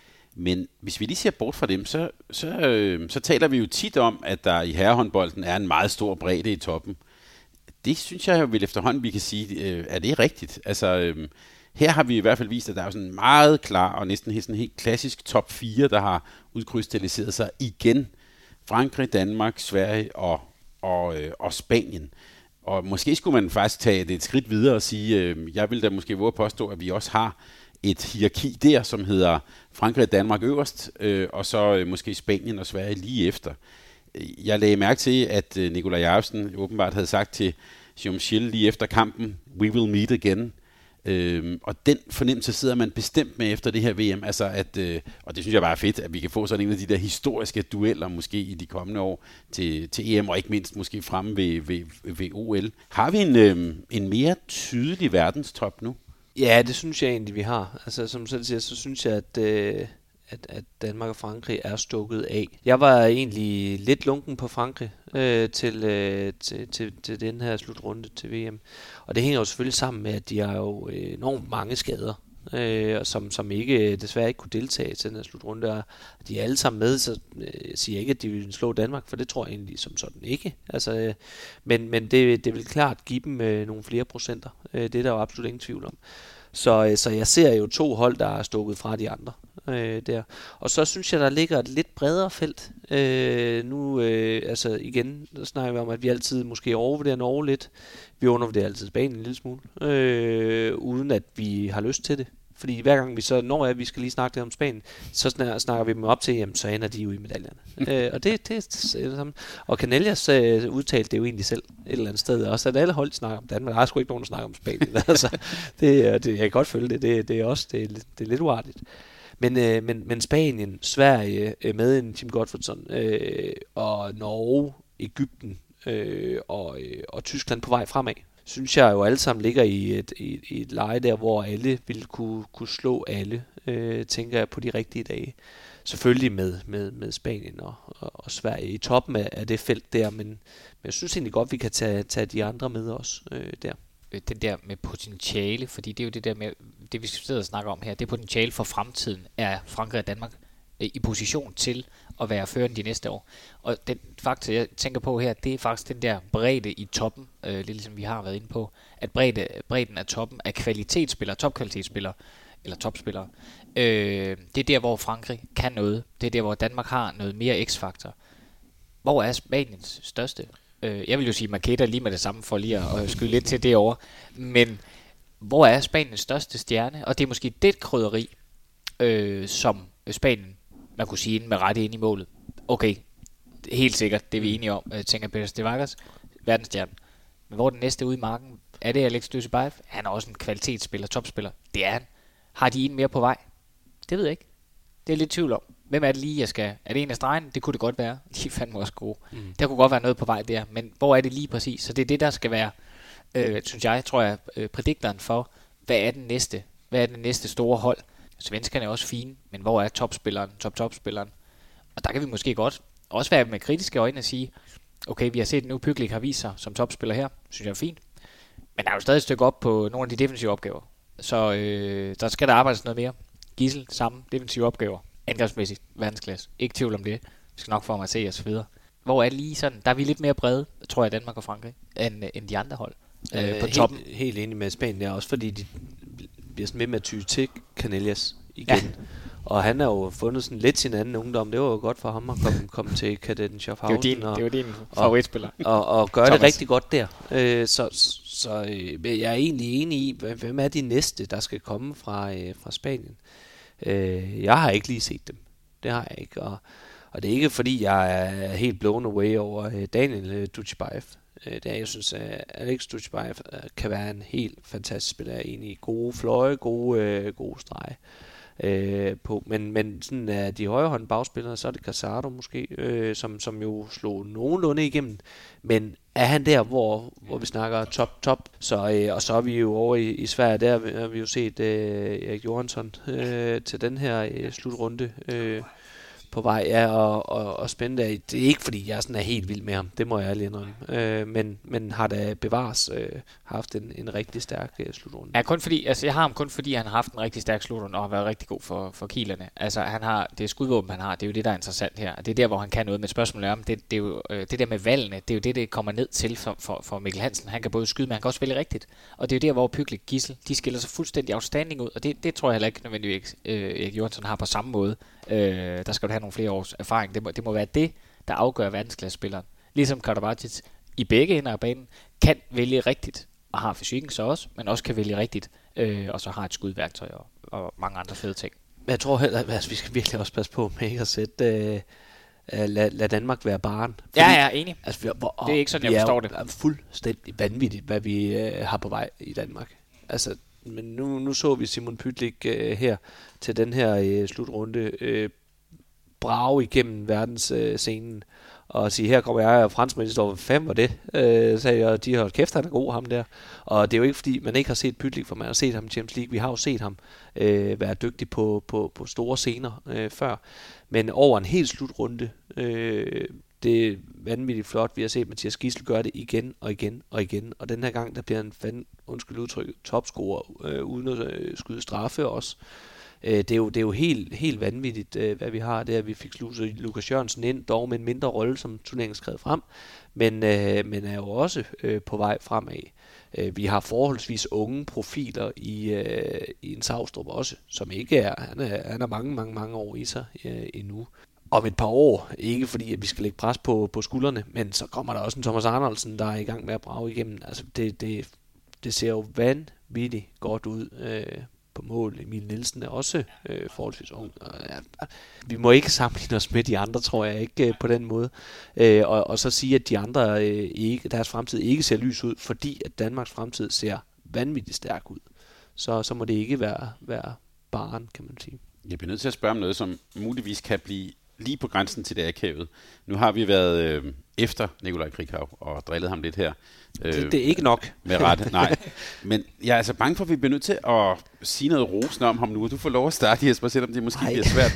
men hvis vi lige ser bort fra dem, så, så, øh, så taler vi jo tit om, at der i herrehåndbolden er en meget stor bredde i toppen. Det synes jeg vel efterhånden, vi kan sige, øh, er det rigtigt? Altså, øh, her har vi i hvert fald vist, at der er sådan en meget klar og næsten sådan helt klassisk top fire, der har udkrystalliseret sig igen. Frankrig, Danmark, Sverige og, og, øh, og Spanien. Og måske skulle man faktisk tage det et skridt videre og sige, øh, jeg vil da måske våge påstå, at vi også har et hierarki der, som hedder Frankrig og Danmark øverst, øh, og så øh, måske Spanien og Sverige lige efter. Jeg lagde mærke til, at Nikolaj Jacobsen åbenbart havde sagt til Jean Michel lige efter kampen, we will meet again. Øhm, og den fornemmelse sidder man bestemt med efter det her V M. Altså at, øh, og det synes jeg bare er fedt, at vi kan få sådan en af de der historiske dueller måske i de kommende år til, til E M, og ikke mindst måske fremme ved, ved, ved O L. Har vi en, øh, en mere tydelig verdenstop nu? Ja, det synes jeg egentlig, vi har. Altså som selv siger, så synes jeg, at... Øh at, at Danmark og Frankrig er stukket af. Jeg var egentlig lidt lunken på Frankrig øh, til, øh, til, til, til den her slutrunde til V M. Og det hænger jo selvfølgelig sammen med, at de har jo enormt mange skader, øh, som, som ikke desværre ikke kunne deltage til den her slutrunde. Og de er alle sammen med, så øh, jeg siger ikke, at de vil slå Danmark, for det tror jeg egentlig som sådan ikke. Altså, øh, men men det, det vil klart give dem øh, nogle flere procenter. Øh, det er der jo absolut ingen tvivl om. Så, øh, så jeg ser jo to hold, der er stukket fra de andre øh, der. Og så synes jeg, der ligger et lidt bredere felt. Øh, nu, øh, altså igen, der snakker vi om, at vi altid måske overvurderer Norge lidt. Vi undervurderer altid Spanien en lille smule, øh, uden at vi har lyst til det. Fordi hver gang vi så når at vi skal lige snakke lidt om Spanien, så snakker vi dem op til, jamen så ender de jo i medaljerne. øh, og det, det er det samme. Og Canellas øh, udtalte det jo egentlig selv et eller andet sted også, at alle hold snakker om Danmark. Der er sgu ikke nogen, der snakker om Spanien. altså, det, det, jeg kan godt følge det. Det, det er også det er, det er lidt uartigt. Men, øh, men, men Spanien, Sverige øh, med en Tim Gottfredsson, øh, og Norge, Egypten øh, og, øh, og Tyskland på vej fremad, synes jeg jo alle sammen ligger i et, i, i et leje der, hvor alle ville kunne, kunne slå alle, øh, tænker jeg på de rigtige dage. Selvfølgelig med, med, med Spanien og, og, og Sverige i toppen af, af det felt der, men, men jeg synes egentlig godt, vi kan tage, tage de andre med os øh, der. Den der med potentiale, fordi det er jo det der med, det vi sidder og snakker om her, det potentiale for fremtiden er Frankrig og Danmark i position til at være førende de næste år. Og den faktor, jeg tænker på her, det er faktisk den der bredde i toppen, øh, lidt ligesom vi har været inde på, at bredde, bredden af toppen af kvalitetsspillere, topkvalitetsspillere, eller topspillere, øh, det er der, hvor Frankrig kan noget. Det er der, hvor Danmark har noget mere x-faktor. Hvor er Spaniens største? Øh, jeg vil jo sige Marqueta lige med det samme, for lige at, at skyde lidt til det over. Men hvor er Spaniens største stjerne? Og det er måske det krydderi, øh, som Spanien, man kunne sige, med rette ind i målet. Okay, helt sikkert, det er vi enige om. Jeg tænker Pérez de Vargas, verdensstjerne. Men hvor er den næste ude i marken? Er det Alex Dussebaev? Han er også en kvalitetsspiller, topspiller. Det er han. Har de en mere på vej? Det ved jeg ikke. Det er lidt tvivl om. Hvem er det lige, jeg skal... Er det en af stregen? Det kunne det godt være. De er fandme også gode. Mm. Der kunne godt være noget på vej der. Men hvor er det lige præcis? Så det er det, der skal være, øh, synes jeg, tror jeg, øh, prædikteren for, hvad er den næste? Hvad er den næste store hold? Svenskerne er også fine, men hvor er topspilleren, top-topspilleren? Og der kan vi måske godt også være med kritiske øjne og sige, okay, vi har set nu, Pytlik har vist sig som topspiller her, synes jeg er fint. Men der er jo stadig et stykke op på nogle af de defensive opgaver. Så øh, der skal der arbejdes noget mere. Gidsel, samme defensive opgaver. Angrebsmæssigt, verdensklasse. Ikke tvivl om det. Vi skal nok få mig at se og så videre. Hvor er det lige sådan, der er vi lidt mere brede, tror jeg, Danmark og Frankrig, end, end de andre hold øh, øh, på toppen. Helt, helt enig med Spanien, ja, også fordi de bliver sådan med med at ty til Canellas igen. Ja. Og han har jo fundet sådan lidt sin anden ungdom. Det var jo godt for ham at komme, komme til kadetten Schaffhausen. Det er jo din, og, det er din favoritspiller. Og, og, og gøre det rigtig godt der. Øh, så så øh, jeg er egentlig enig i, hvem er de næste, der skal komme fra, øh, fra Spanien. Øh, jeg har ikke lige set dem. Det har jeg ikke. Og, og det er ikke fordi, jeg er helt blown away over øh, Daniel øh, Dutjebaev. Øh, det er, jeg synes, at Alex Dutjebaev øh, kan være en helt fantastisk spiller. Jeg er enig i gode fløje, gode, øh, gode strege. Øh, på. Men, men sådan er de højrehåndede bagspillere, så er det Casado måske, øh, som, som jo slog nogenlunde igennem. Men er han der, hvor, hvor vi snakker top, top, så, øh, og så er vi jo over i, i Sverige, der har vi jo set øh, Erik Johansson øh, til den her øh, slutrunde øh, på vej, ja, og, og, og spændende. Det er ikke fordi, jeg sådan er helt vild med ham, det må jeg ærlig indrømme, øh, men, men har da bevares øh, haft en, en rigtig stærk øh, slutrunde. Ja, kun fordi, altså jeg har ham kun fordi, han har haft en rigtig stærk slutrunde, og har været rigtig god for, for Kielerne. Altså han har, det er skudvåben, han har, det er jo det, der er interessant her. Det er der, hvor han kan noget med spørgsmålet om, det, det er jo øh, det der med valgene, det er jo det, det kommer ned til for, for, for Mikkel Hansen. Han kan både skyde, men han kan også vælge rigtigt. Og det er jo der, hvor Pytlik, Gidsel, de skiller sig fuldstændig outstanding ud, og det, det tror jeg heller ikke nødvendigvis, øh, Erik Johansson har på samme måde. Øh, der skal du have nogle flere års erfaring. Det må, det må være det, der afgør verdensklassespilleren. Ligesom Karabatic i begge ender af banen kan vælge rigtigt, og har fysikken så også, men også kan vælge rigtigt, øh, og så har et skudværktøj og, og mange andre fede ting. Men jeg tror heller, altså, vi skal virkelig også passe på med ikke at sætte øh, lad, lad Danmark være barn. Fordi, ja, jeg er enig. Altså, vi, hvor, det er ikke sådan, jeg forstår det. Det er fuldstændig vanvittigt, hvad vi øh, har på vej i Danmark. Altså, men nu, nu så vi Simon Pytlik øh, her til den her øh, slutrunde øh, brage igennem verdensscenen. Øh, og sige, her kommer jeg, og franskmænd står for fem, og det, øh, sagde jeg, og de har kæft, han er god, ham der. Og det er jo ikke, fordi man ikke har set Pytlik, for man har set ham i Champions League. Vi har jo set ham øh, være dygtig på, på, på store scener øh, før. Men over en helt slutrunde, øh, det er vanvittigt flot. Vi har set Mathias Gidsel gøre det igen og igen og igen. Og den her gang, der bliver en fanden, undskyld udtryk, topscorer, øh, uden at øh, skyde straffe også. Det er jo, det er jo helt, helt vanvittigt, hvad vi har. Det er, at vi fik sluset Lukas Jørgensen ind, dog med en mindre rolle, som turneringen skrev frem, men, øh, men er jo også øh, på vej fremad. Øh, vi har forholdsvis unge profiler i, øh, i en Savstrup også, som ikke er, han er, han er mange, mange, mange år i sig øh, endnu. Om et par år, ikke fordi at vi skal lægge pres på, på skuldrene, men så kommer der også en Thomas Arnoldsen, der er i gang med at brage igennem. Altså, det, det, det ser jo vanvittigt godt ud øh, på mål. Emil Nielsen er også øh, forholdsvis ung. Og, ja, vi må ikke sammenligne os med de andre, tror jeg ikke, øh, på den måde. Øh, og, og så sige, at de andre, øh, ikke, deres fremtid ikke ser lys ud, fordi at Danmarks fremtid ser vanvittigt stærk ud. Så, så må det ikke være, være barn, kan man sige. Jeg bliver nødt til at spørge om noget, som muligvis kan blive lige på grænsen til det akavet. Nu har vi været øh, efter Nikolaj Krikau og drillet ham lidt her. Øh, det, det er ikke nok. Med rette, nej. Men jeg er altså bange for, at vi bliver nødt til at sige noget rosende om ham nu, og du får lov at starte, Jesper, selvom det måske Ej. bliver svært.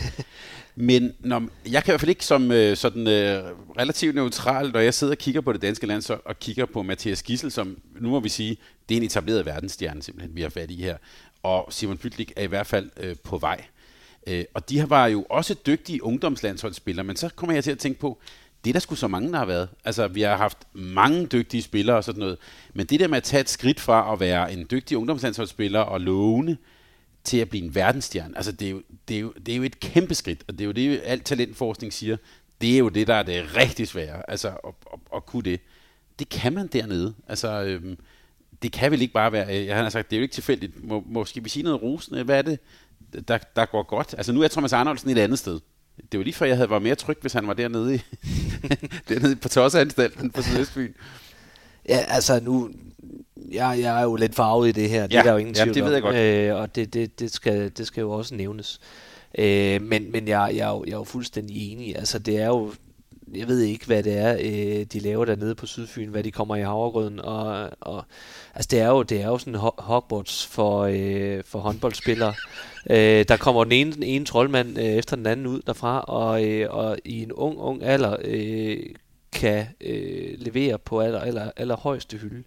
Men når, jeg kan i hvert fald ikke som øh, sådan øh, relativt neutral, når jeg sidder og kigger på det danske land, så, og kigger på Mathias Gidsel, som nu må vi sige, det er en etableret verdensstjerne simpelthen, vi har fat i her. Og Simon Pytlik er i hvert fald øh, på vej. Øh, og de var jo også dygtige ungdomslandsholdsspillere, men så kommer jeg til at tænke på, det er der sgu så mange, der har været. Altså, vi har haft mange dygtige spillere og sådan noget, men det der med at tage et skridt fra at være en dygtig ungdomslandsholdsspiller og lovende til at blive en verdensstjerne, altså det er, jo, det, er jo, det er jo et kæmpe skridt, og det er jo det, alt talentforskning siger, det er jo det, der er det rigtig svære, altså at, at, at kunne det. Det kan man dernede, altså øhm, det kan vel ikke bare være, jeg har sagt, det er jo ikke tilfældigt, Må, måske vi sige noget rosende, hvad er det, der, der går godt? Altså nu er Thomas Arnoldsen et andet sted. Det var lige før, jeg havde været mere tryg, hvis han var dernede, i dernede på Tosseanstalten på Sydøstbyen. Ja, altså nu, jeg, jeg er jo lidt farvet i det her, det ja, er der jo ingen ja, tvivl det ved jeg om, godt. øh, og det, det, det, skal, det skal jo også nævnes. Øh, men men jeg, jeg, er jo, jeg er jo fuldstændig enig, altså det er jo, jeg ved ikke, hvad det er, øh, de laver dernede på Sydfyn, hvad de kommer i havregrøden, og, og altså det er jo, det er jo sådan Hogwarts for, øh, for håndboldspillere. Øh, der kommer den ene, den ene troldmand øh, efter den anden ud derfra, og, øh, og i en ung, ung alder øh, kan øh, levere på aller, aller, aller højeste hylde.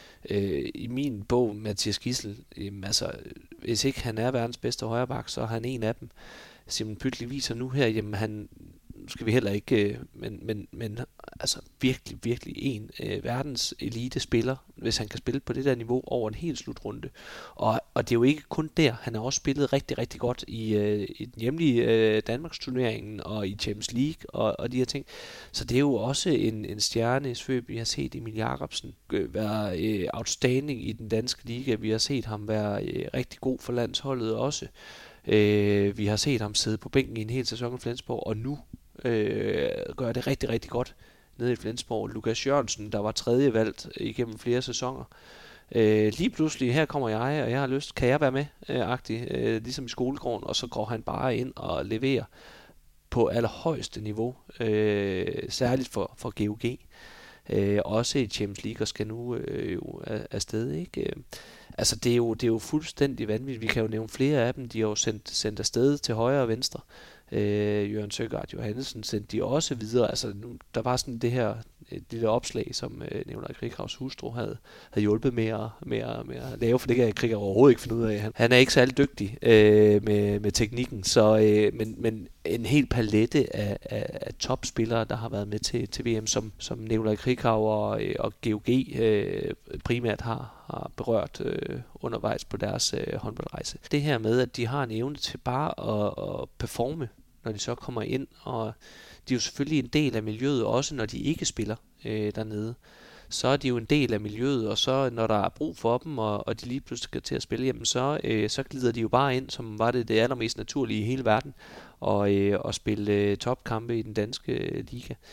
Øh, I min bog, Mathias Gidsel, øh, altså, hvis ikke han er verdens bedste højreback, så er han en af dem. Simon Pytlik viser nu her, jamen han skal vi heller ikke, men, men, men altså virkelig, virkelig en øh, verdens elite spiller, hvis han kan spille på det der niveau over en hel slutrunde. Og, og det er jo ikke kun der, han har også spillet rigtig, rigtig godt i, øh, i den hjemlige øh, Danmarks turneringen og i Champions League og, og de her ting. Så det er jo også en, en stjerne i svøb. Vi har set Emil Jacobsen øh, være øh, outstanding i den danske liga. Vi har set ham være øh, rigtig god for landsholdet også. Øh, vi har set ham sidde på bænken i en hel sæson i Flensborg, og nu øh, gør det rigtig, rigtig godt nede i Flensborg. Lukas Jørgensen, der var tredje valgt igennem flere sæsoner. Øh, lige pludselig, her kommer jeg, og jeg har lyst, kan jeg være med, øh, agtig, øh, ligesom i skolegården, og så går han bare ind og leverer på allerhøjeste niveau, øh, særligt for, for G O G. Øh, også i Champions League og skal nu øh, jo afsted, ikke? Øh, altså det er, jo, det er jo fuldstændig vanvittigt. Vi kan jo nævne flere af dem. De har jo sendt, sendt afsted til højre og venstre. Øh, Jørgen Søgaard Johansen sendte de også videre. Altså nu, der var sådan det her et lille opslag, som øh, Nikolaj Krikaus hustru havde, havde hjulpet med at, med, at, med at lave, for det kan Krikaus overhovedet ikke finde ud af. Han, han er ikke særlig dygtig øh, med, med teknikken, så, øh, men, men en hel palette af, af, af topspillere, der har været med til, til V M, som, som Nikolaj Krikau og, og G O G øh, primært har, har berørt øh, undervejs på deres øh, håndboldrejse. Det her med, at de har en evne til bare at, at performe, når de så kommer ind, og de er jo selvfølgelig en del af miljøet, også når de ikke spiller øh, dernede. Så er de jo en del af miljøet, og så når der er brug for dem, og, og de lige pludselig skal til at spille, jamen så, øh, så glider de jo bare ind, som var det det allermest naturlige i hele verden, og, øh, og spille øh, topkampe i den danske øh, liga.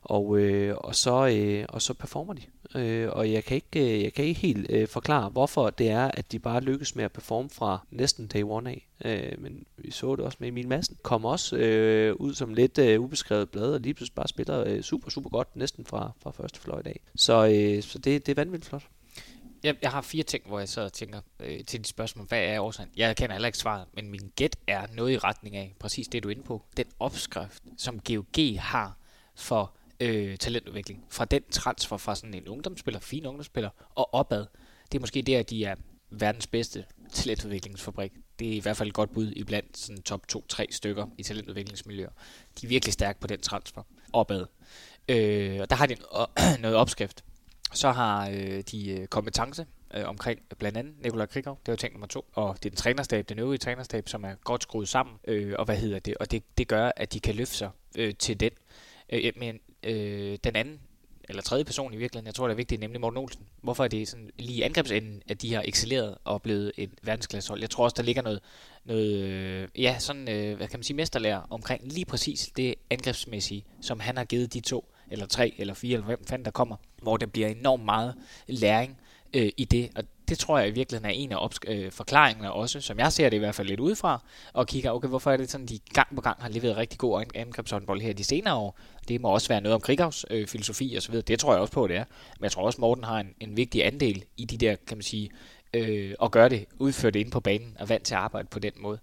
Og, øh, og, så, øh, og så performer de. Øh, og jeg kan ikke, øh, jeg kan ikke helt øh, forklare, hvorfor det er, at de bare lykkes med at performe fra næsten day one af. Øh, men vi så det også med Emil Madsen. Kom også øh, ud som lidt øh, ubeskrevet blad, og lige pludselig bare spiller øh, super, super godt, næsten fra, fra første fløj i dag. Så, øh, så det, det er vanvittigt flot. Jeg, jeg har fire ting, hvor jeg så tænker øh, til de spørgsmål, hvad er årsagen? Jeg kender heller ikke svaret, men min gæt er noget i retning af, præcis det du er inde på, den opskrift, som G O G har for øh, talentudvikling. Fra den transfer fra sådan en ungdomsspiller, fin ungdomsspiller, og opad. Det er måske der, at de er verdens bedste talentudviklingsfabrik. Det er i hvert fald et godt bud i blandt sådan top to tre stykker i talentudviklingsmiljøer. De er virkelig stærke på den transfer opad. Øh, og der har de en, noget opskrift. Så har øh, de øh, kompetence øh, omkring blandt andet Nikolaj Krikov, det er jo ting nummer to, og det er den trænerstab, den øvrige trænerstab, som er godt skruet sammen, øh, og hvad hedder det, og det, det gør, at de kan løfte sig øh, til den. Øh, men øh, den anden, eller tredje person i virkeligheden, jeg tror det er vigtigt, nemlig Morten Olsen. Hvorfor er det sådan lige i angrebsenden, at de har excelleret og blevet et verdensklassehold? Jeg tror også, der ligger noget, noget øh, ja, sådan, øh, hvad kan man sige, mesterlærer omkring lige præcis det angrebsmæssige, som han har givet de to, eller tre, eller fire, eller hvem fanden der kommer, hvor der bliver enormt meget læring øh, i det, og det tror jeg i virkeligheden er en af opsk- øh, forklaringerne også, som jeg ser det i hvert fald lidt udefra, og kigger, okay, hvorfor er det sådan, de gang på gang har leveret rigtig god angrebshåndbold her de senere år. Det må også være noget om Krigovs øh, filosofi og så videre, det tror jeg også på, det er. Men jeg tror også, Morten har en, en vigtig andel i de der, kan man sige, øh, at gøre det, udføre det inde på banen, og vant til at arbejde på den måde.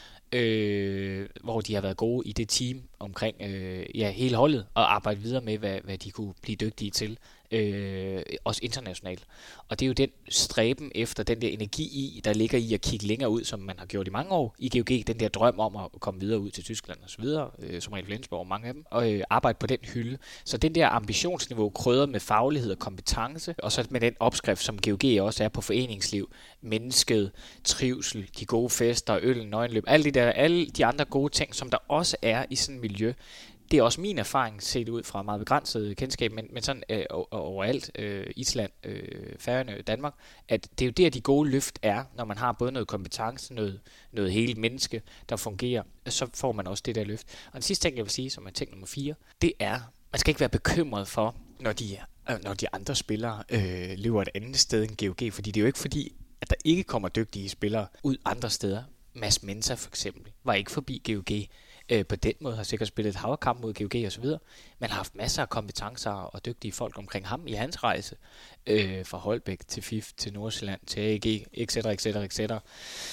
Øh, hvor de har været gode i det team omkring øh, ja, hele holdet, og arbejde videre med, hvad, hvad de kunne blive dygtige til, øh, også internationalt. Og det er jo den stræben efter, den der energi i, der ligger i at kigge længere ud, som man har gjort i mange år i G O G, den der drøm om at komme videre ud til Tyskland og så videre, øh, som regel Flensborg og mange af dem, og øh, arbejde på den hylde. Så den der ambitionsniveau krydret med faglighed og kompetence, og så med den opskrift, som G O G også er på foreningsliv, mennesket, trivsel, de gode fester, øl, nøgenløb, alle de der, alle de andre gode ting, som der også er i sådan et miljø. Det er også min erfaring set ud fra meget begrænset kendskab, men, men sådan øh, overalt, øh, Island, øh, Færøerne, Danmark, at det er jo der, de gode løft er, når man har både noget kompetence, noget, noget hele menneske, der fungerer, så får man også det der løft. Og den sidste ting, jeg vil sige, som er ting nummer fire, det er, man skal ikke være bekymret for, når de, øh, når de andre spillere øh, lever et andet sted end G O G, fordi det er jo ikke fordi, at der ikke kommer dygtige spillere ud andre steder. Mads Mensa for eksempel var ikke forbi G O G. Øh, på den måde har sikkert spillet et havrekamp mod G O G og så videre, men har haft masser af kompetencer og dygtige folk omkring ham i hans rejse, øh, fra Holbæk til F I F, til Nordsjælland, til A G, et cetera, et cetera, et cetera.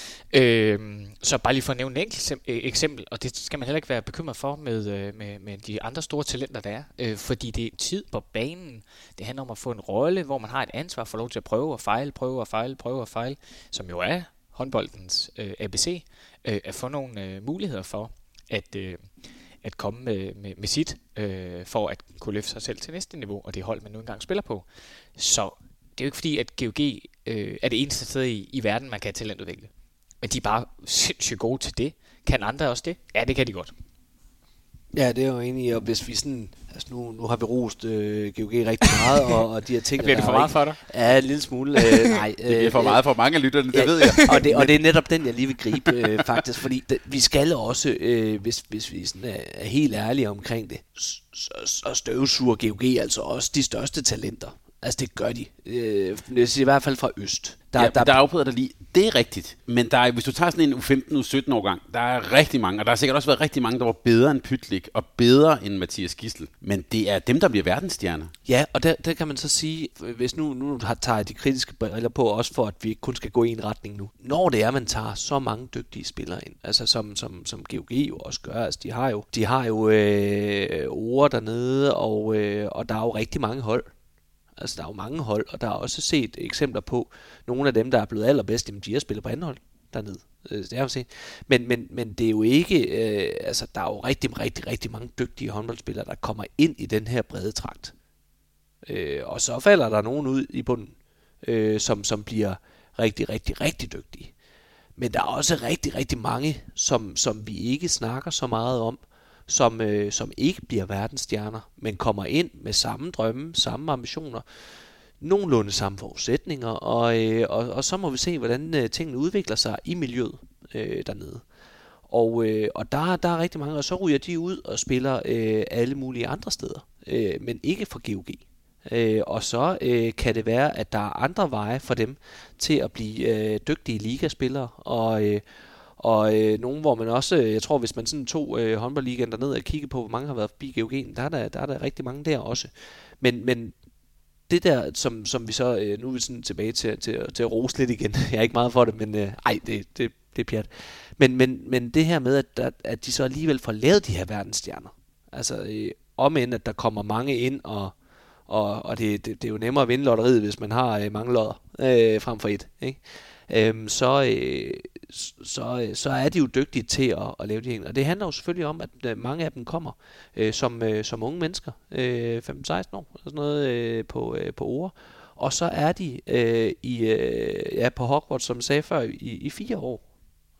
Øh, så bare lige for at nævne et enkelt eksempel, og det skal man heller ikke være bekymret for med, med, med de andre store talenter, der er, øh, fordi det er tid på banen. Det handler om at få en rolle, hvor man har et ansvar for lov til at prøve og fejle, prøve og fejle, prøve og fejle, som jo er håndboldens øh, A B C, øh, at få nogle øh, muligheder for at, øh, at komme med, med, med sit, øh, for at kunne løfte sig selv til næste niveau, og det hold, man nu engang spiller på. Så det er jo ikke fordi, at G O G øh, er det eneste sted i, i verden, man kan talentudvikle. Men de er bare sindssygt gode til det. Kan andre også det? Ja, det kan de godt. Ja, det er jo egentlig, og hvis vi sådan, altså nu, nu har vi rost øh, G O G rigtig meget, og, og de her ting... Bliver det for meget for dig? Ja, en lille smule. Øh, nej, det bliver øh, for meget for mange af lytterne, det ja, ved jeg. og, det, og det er netop den, jeg lige vil gribe, øh, faktisk, fordi det, vi skal også, øh, hvis, hvis vi sådan er, er helt ærlige omkring det, så, så støvsuger G O G altså også de største talenter. Altså det gør de. Øh, I hvert fald fra øst. Der, ja, der, der afbryder dig lige. Det er rigtigt. Men der er, hvis du tager sådan en U femten, U sytten årgang, der er rigtig mange, og der har sikkert også været rigtig mange, der var bedre end Pytlik og bedre end Mathias Gistel. Men det er dem, der bliver verdensstjerner. Ja, og der, der kan man så sige, hvis nu, nu tager jeg de kritiske briller på, også for at vi ikke kun skal gå i en retning nu. Når det er, man tager så mange dygtige spillere ind, altså som, som, som G O G jo også gør, altså de har jo, de har jo øh, ord dernede, og, øh, og der er jo rigtig mange hold. Altså, der er jo mange hold, og der er også set eksempler på, nogle af dem, der er blevet allerbedst, jamen, de har spillet på anden hold dernede. Det har vi set. Men, men, men det er jo ikke, øh, altså, der er jo rigtig, rigtig, rigtig mange dygtige håndboldspillere, der kommer ind i den her brede trakt. Øh, og så falder der nogen ud i bunden, øh, som, som bliver rigtig, rigtig, rigtig dygtige. Men der er også rigtig, rigtig mange, som, som vi ikke snakker så meget om, Som, øh, som ikke bliver verdensstjerner, men kommer ind med samme drømme, samme ambitioner, nogenlunde samme forudsætninger, og, øh, og, og så må vi se, hvordan øh, tingene udvikler sig i miljøet øh, dernede. Og, øh, og der, der er rigtig mange, og så ryger de ud og spiller øh, alle mulige andre steder, øh, men ikke for G O G. Øh, og så øh, kan det være, at der er andre veje for dem til at blive øh, dygtige ligaspillere, og, øh, og øh, nogen, hvor man også, øh, jeg tror, hvis man sådan tog øh, håndboldligaen derned og kigge på, hvor mange har været forbi G O G, der er der, der er der rigtig mange der også. Men, men det der, som, som vi så, øh, nu er vi sådan tilbage til, til, til at rose lidt igen, jeg er ikke meget for det, men øh, ej, det, det, det er pjat. Men, men, men det her med, at, der, at de så alligevel får lavet de her verdensstjerner, altså øh, om end, at der kommer mange ind, og Og, og det, det, det er jo nemmere at vinde lotteriet, hvis man har øh, mange lodder øh, frem for et, ikke? Øhm, så, øh, så, så er de jo dygtige til at, at lave de ting. Og det handler jo selvfølgelig om, at øh, mange af dem kommer øh, som, øh, som unge mennesker, øh, femten seksten år, og sådan noget øh, på, øh, på ord. Og så er de øh, i, øh, ja, på Hogwarts, som jeg sagde før, i, i fire år.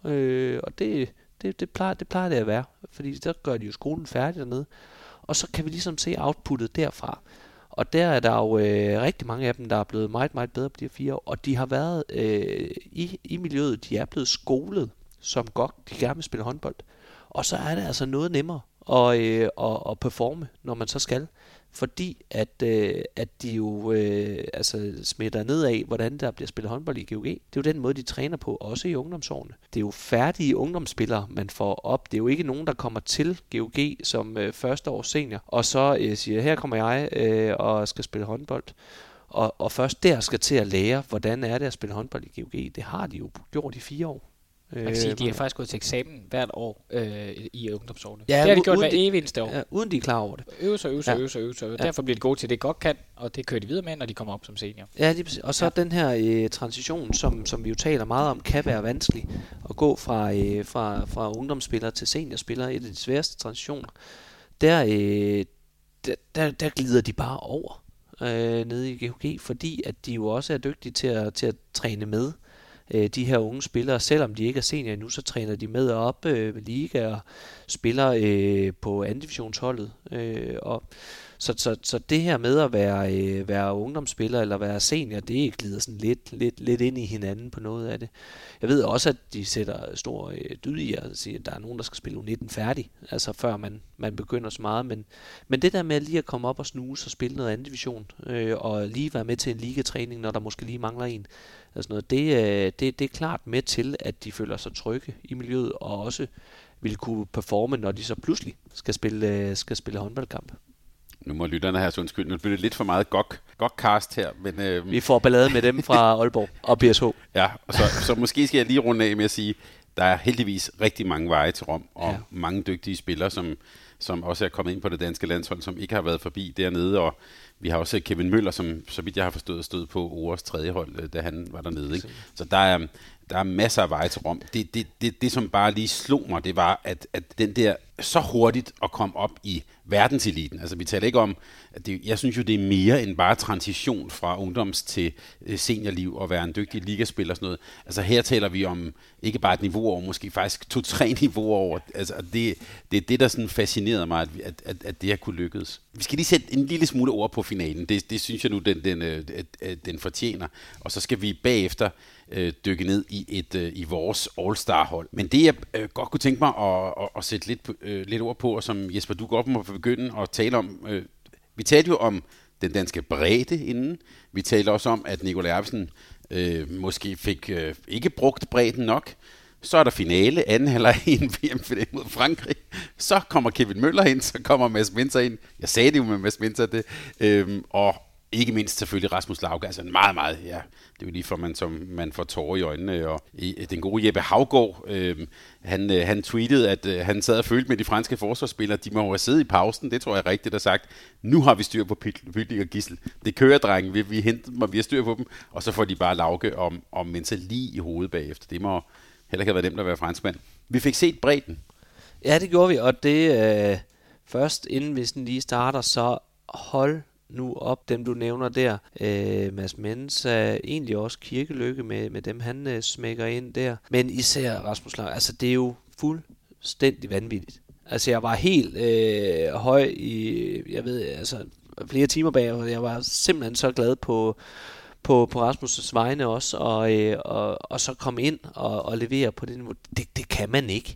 Øh, og det, det, det, plejer, det plejer det at være, fordi så gør de jo skolen færdig dernede. Og så kan vi ligesom se outputtet derfra. Og der er der jo øh, rigtig mange af dem, der er blevet meget, meget bedre på de her fire år. Og de har været øh, i, i miljøet, de er blevet skolet som godt, de gerne vil spille håndbold. Og så er det altså noget nemmere at, øh, at, at performe, når man så skal. Fordi at, øh, at de jo øh, altså smitter ned af, hvordan der bliver spillet håndbold i G O G. Det er jo den måde, de træner på, også i ungdomsårene. Det er jo færdige ungdomsspillere, man får op. Det er jo ikke nogen, der kommer til G O G som øh, første års senior, og så øh, siger, her kommer jeg øh, og skal spille håndbold. Og, og først der skal til at lære, hvordan er det at spille håndbold i G O G. Det har de jo gjort i fire år. Man kan sige, at de har faktisk gået til eksamen hvert år øh, i ungdomsårene. Ja, det har de gjort hver de, evig eneste år. Ja, uden de er klar over det. Øve sig, øve sig, ja. øve sig, øve sig. Ja. Derfor bliver de gode til det, godt kan, og det kører de videre med, når de kommer op som senior. Ja, lige og så ja. Den her øh, transition, som, som vi jo taler meget om, kan være vanskelig at gå fra, øh, fra, fra ungdomsspiller til seniorspiller. Et af de sværeste transitioner. Der, øh, der, der, der glider de bare over øh, nede i G O G, fordi at de jo også er dygtige til at, til at træne med de her unge spillere. Selvom de ikke er senior endnu, så træner de med op øh, ved liga og spiller øh, på anden divisionsholdet. Øh, og så, så, så det her med at være, øh, være ungdomsspiller eller være senior, det glider sådan lidt, lidt, lidt ind i hinanden på noget af det. Jeg ved også, at de sætter stor øh, dyd i at sige, at der er nogen, der skal spille U nitten færdig, altså før man, man begynder så meget. Men, men det der med lige at komme op og snuse og spille noget anden division, øh, og lige være med til en ligatræning, når der måske lige mangler en, altså noget, det, det, det er klart med til, at de føler sig trygge i miljøet, og også vil kunne performe, når de så pludselig skal spille, skal spille håndboldkamp. Nu må lytterne have så undskyld. Nu bliver det lidt for meget gok, gok-cast her. Men, øh, vi får ballade med dem fra Aalborg og B S H. Ja, og så, så måske skal jeg lige runde af med at sige, der er heldigvis rigtig mange veje til Rom, og ja. mange dygtige spillere, som, som også er kommet ind på det danske landshold, som ikke har været forbi dernede, og vi har også Kevin Møller, som så vidt jeg har forstået, stod på O R's tredje hold, da han var dernede. Ikke? Så der er, der er masser af veje til Rom. Det, det, det, det, som bare lige slog mig, det var, at, at den der så hurtigt at komme op i verdenseliten. Altså vi taler ikke om, at det, jeg synes jo, det er mere end bare transition fra ungdoms til seniorliv og være en dygtig ligaspiller og sådan noget. Altså her taler vi om ikke bare et niveau over, måske faktisk to-tre niveauer over. Altså det, det er det, der sådan fascinerede mig, at, at, at, at det her kunne lykkes. Vi skal lige sætte en lille smule ord på finalen. Det, det synes jeg nu, den, den, den, den fortjener. Og så skal vi bagefter øh, dykke ned i, et, øh, i vores All-Star-hold. Men det, jeg øh, godt kunne tænke mig at, at, at sætte lidt, øh, lidt ord på, og som Jesper, du godt må begynde at tale om. Øh, vi talte jo om den danske bredde inden. Vi talte også om, at Nikolaj Arvesen øh, måske fik øh, ikke brugt bredden nok. Så er der finale, anden halvleg i en V M-finale mod Frankrig. Så kommer Kevin Møller ind, så kommer Mads Minter ind. Jeg sagde det jo med Mads Minter, det. Øhm, og ikke mindst selvfølgelig Rasmus Lauke. Altså en meget, meget, ja, det er jo lige for, man, som man får tårer i øjnene. Og i, den gode Jeppe Havgaard, øhm, han, øh, han tweetede, at øh, han sad og følte med de franske forsvarsspillere. De må jo have siddet i pausen, det tror jeg rigtigt har sagt. Nu har vi styr på Pytlik og Gissel. Det kører, drenge. Vi, vi henter dem, og vi har styr på dem. Og så får de bare Lauke om, om Minter lige i hovedet bagefter. Det må heller ikke have været nemt at være franskmand. Vi fik set bredden. Ja, det gjorde vi, og det øh, først, inden vi sådan lige starter, så hold nu op, dem du nævner der. Øh, Mads Mens er egentlig også Kirkelykke med, med dem, han øh, smækker ind der. Men især Rasmus Lauke, altså det er jo fuldstændig vanvittigt. Altså jeg var helt øh, høj i, jeg ved, altså flere timer bag, og jeg var simpelthen så glad på på, på Rasmus' vegne også, og, øh, og, og så komme ind og, og levere på det niveau. Det, det kan man ikke.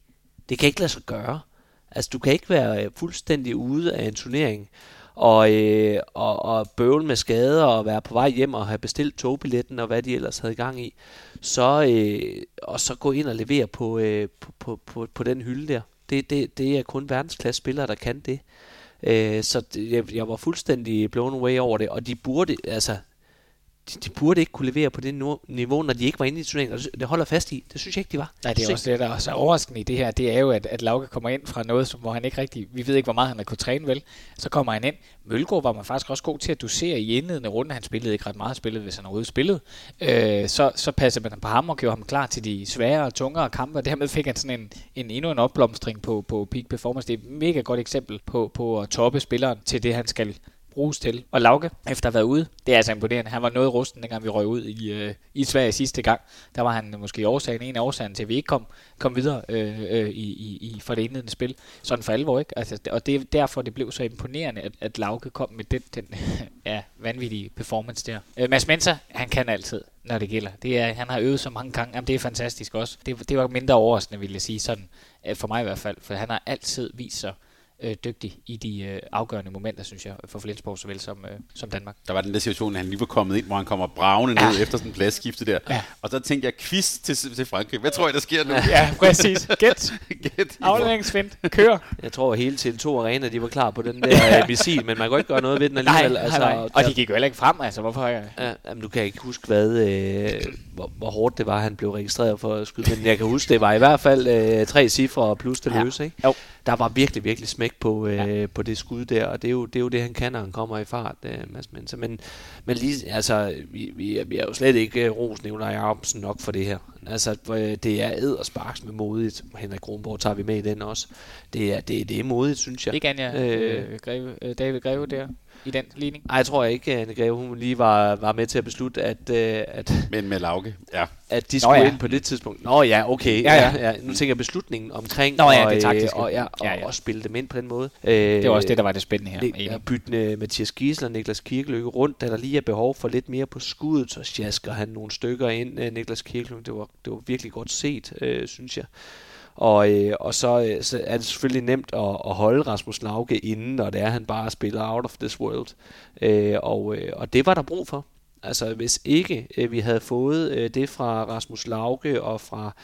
Det kan ikke lade sig gøre. Altså, du kan ikke være fuldstændig ude af en turnering, og, øh, og, og bøvle med skader, og være på vej hjem og have bestilt togbilletten, og hvad de ellers havde i gang i, så, øh, og så gå ind og levere på, øh, på, på, på, på den hylde der. Det, det, det er kun verdensklasse spillere, der kan det. Øh, så det, jeg, jeg var fuldstændig blown away over det, og de burde, altså, de, de burde ikke kunne levere på det niveau, når de ikke var inde i turneringen, og det, det holder fast i. Det synes jeg ikke, de var. Nej, det er også det, der er så overraskende i det her, det er jo, at, at Lauke kommer ind fra noget, som, hvor han ikke rigtig, vi ved ikke, hvor meget han har kunne træne vel, så kommer han ind. Mølgaard var man faktisk også god til at dosere i indledende runde, han spillede ikke ret meget spillet, hvis han overhovedet spillede. Øh, så, så passede man på ham og gjorde ham klar til de svære og tungere kampe, og dermed fik han sådan en, en endnu en opblomstring på, på peak performance. Det er et mega godt eksempel på, på at toppe spilleren til det, han skal bruges til. Og Lauke, efter at have været ude, det er altså imponerende. Han var noget rusten, dengang vi røg ud i, øh, i Sverige sidste gang. Der var han måske årsagen, en af årsagen til, at vi ikke kom, kom videre øh, øh, i, i, for det indledende spil. Sådan for alvor, ikke? Altså, og det er derfor, det blev så imponerende, at, at Lauke kom med den, den ja, vanvittige performance der. Øh, Mads Mensah, han kan altid, når det gælder. Det er, han har øvet så mange gange. Jamen, det er fantastisk også. Det, det var mindre overraskende, vil jeg sige, sådan, øh, for mig i hvert fald. For han har altid vist sig Øh, dygtig i de øh, afgørende momenter, synes jeg, for Flensborg såvel som, øh, som Danmark. Der var den der situation, at han lige var kommet ind, hvor han kommer bravende ned ja. efter sådan en pladsskifte der. Ja. Og så tænkte jeg, quiz til, til Frankrig. Hvad tror jeg, der sker nu? Ja, præcis. Gæt. Gæt. Afleveringsfind. Kør. Jeg tror, at hele Tele to Arena, de var klar på den der missil, men man kan ikke gøre noget ved den alligevel. Nej, altså, nej, nej. Og de gik jo heller ikke frem, altså. Hvorfor? Ja, jamen, du kan ikke huske, hvad, øh, hvor, hvor hårdt det var, han blev registreret for at skyde. Men jeg kan huske, det var i hvert fald øh, tre cifre plus det ja. løse, ikke? Jo. Der var virkelig, virkelig smæk på, øh, ja. på det skud der, og det er jo det, er jo det han kan, når han kommer i fart, øh, Mads Mensah. Men, men lige, altså, vi, vi, er, vi er jo slet ikke uh, ros Nikolaj Jacobsen nok for det her. Altså, det er eddersparks med modigt. Henrik Kronborg tager vi med i den også. Det er, det, det er modigt, synes jeg. Ikke Anja øh, Greve, øh, David Greve der i den ligning? Nej, jeg tror ikke, at Anja Greve hun lige var, var med til at beslutte, at, øh, at, men med Lauke, ja. at de skulle Nå, ja. ind på det tidspunkt. Nå ja, okay. Ja, ja. Ja, nu tænker jeg beslutningen omkring Nå, ja, det taktiske. Og, ja, og, ja, ja. og spille dem ind på den måde. Det var også det, der var det spændende her. Ne- bytte Mathias Giesler og Niklas Kirkeløkke rundt, da der lige er behov for lidt mere på skuddet, så sjasker han nogle stykker ind. Niklas Kirkeløkke, det var, det var virkelig godt set, øh, synes jeg. Og, øh, og så, øh, så er det selvfølgelig nemt at, at holde Rasmus Lauke inden, når det er, han bare spiller out of this world. Øh, og, øh, og det var der brug for. Altså hvis ikke øh, vi havde fået øh, det fra Rasmus Lauke og fra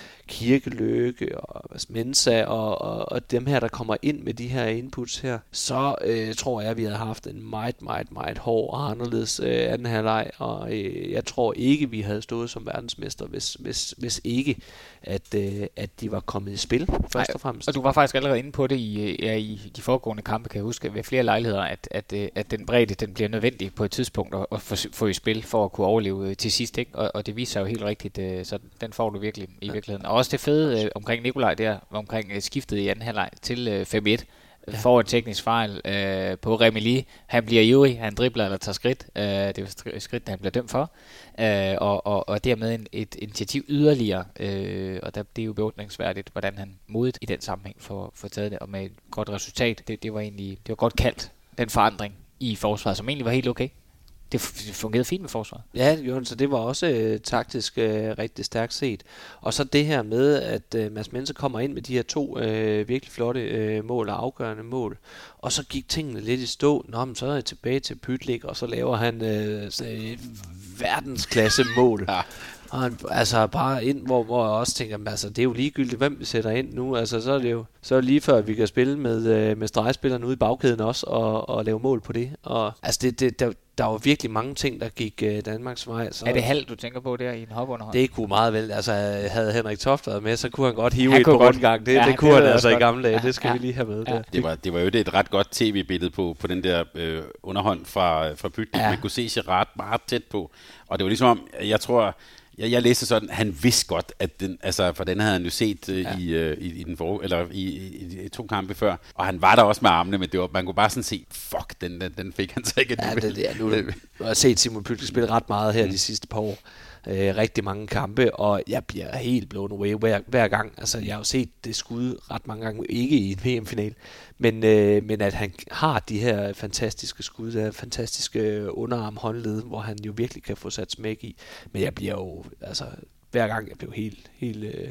Kirkeløkke og Mensah og, og, og dem her, der kommer ind med de her inputs her, så øh, tror jeg, at vi havde haft en meget, meget, meget hård og anderledes øh, anden halvleg, og øh, jeg tror ikke, vi havde stået som verdensmester, hvis, hvis, hvis ikke, at, øh, at de var kommet i spil, først Ej, og fremmest. Og du var faktisk allerede inde på det i, ja, i de foregående kampe, kan jeg huske, ved flere lejligheder, at, at, at den bredde, den bliver nødvendig på et tidspunkt at, at få, få i spil for at kunne overleve til sidst, ikke? Og, og det viser jo helt rigtigt, øh, så den får du virkelig i virkeligheden. Og også det fede øh, omkring Nikolaj der, omkring øh, skiftet i anden halvleg til øh, fem et, ja. får en teknisk fejl øh, på Remili. Han bliver ivrig, han dribler eller tager skridt. Øh, det er jo skridt, han bliver dømt for. Øh, og, og, og dermed en, et initiativ yderligere. Øh, og der, det er jo beundringsværdigt, hvordan han modigt i den sammenhæng får, får taget det. Og med et godt resultat. Det, det var egentlig det var godt kaldt, den forandring i forsvaret, som egentlig var helt okay. Det fungerede fint med forsvaret. Ja, det gjorde, så det var også øh, taktisk øh, rigtig stærkt set. Og så det her med, at øh, Mads Mensah kommer ind med de her to øh, virkelig flotte øh, mål og afgørende mål. Og så gik tingene lidt i stå. Nå, men så er jeg tilbage til Pytlik, og så laver han øh, øh, verdensklasse mål. Ja. Og han, altså bare ind, hvor, hvor jeg også tænker, altså det er jo ligegyldigt, hvem vi sætter ind nu. Altså så er det jo så er det lige før, at vi kan spille med, øh, med stregspillerne ude i bagkæden også, og, og lave mål på det. Og altså det, det, der, der var virkelig mange ting, der gik øh, Danmarks vej. Så er det halvt, du tænker på der i en hopunderhånd? Det kunne meget vel. Altså havde Henrik Toft været med, så kunne han godt hive han et på rundgang. Det, ja, det kunne det han altså godt i gamle dage. Ja, det skal ja, vi lige have med. Ja. Der. Det var, det var jo et ret godt tv-billede på, på den der øh, underhånd fra, fra Pytlik. Ja. Man kunne se Gerard meget tæt på. Og det var ligesom om, jeg tror... Jeg, jeg læste sådan, han vidste godt, at den, altså, for den havde han jo set øh, ja. i, øh, i, i, den for, eller i, i, i to kampe før, og han var der også med armene, men det var, man kunne bare sådan se, fuck, den, den, den fik han så ikke. Ja, det, det er nu. Jeg har set Simon Pytlik spille ret meget her mm. de sidste par år. Øh, rigtig mange kampe, og jeg bliver helt blown away hver, hver gang. Altså, jeg har jo set det skud ret mange gange, ikke i en V M-final, men, øh, men at han har de her fantastiske skud, der fantastiske underarm håndled, hvor han jo virkelig kan få sat smæk i. Men jeg bliver jo, altså, hver gang jeg bliver helt, helt øh,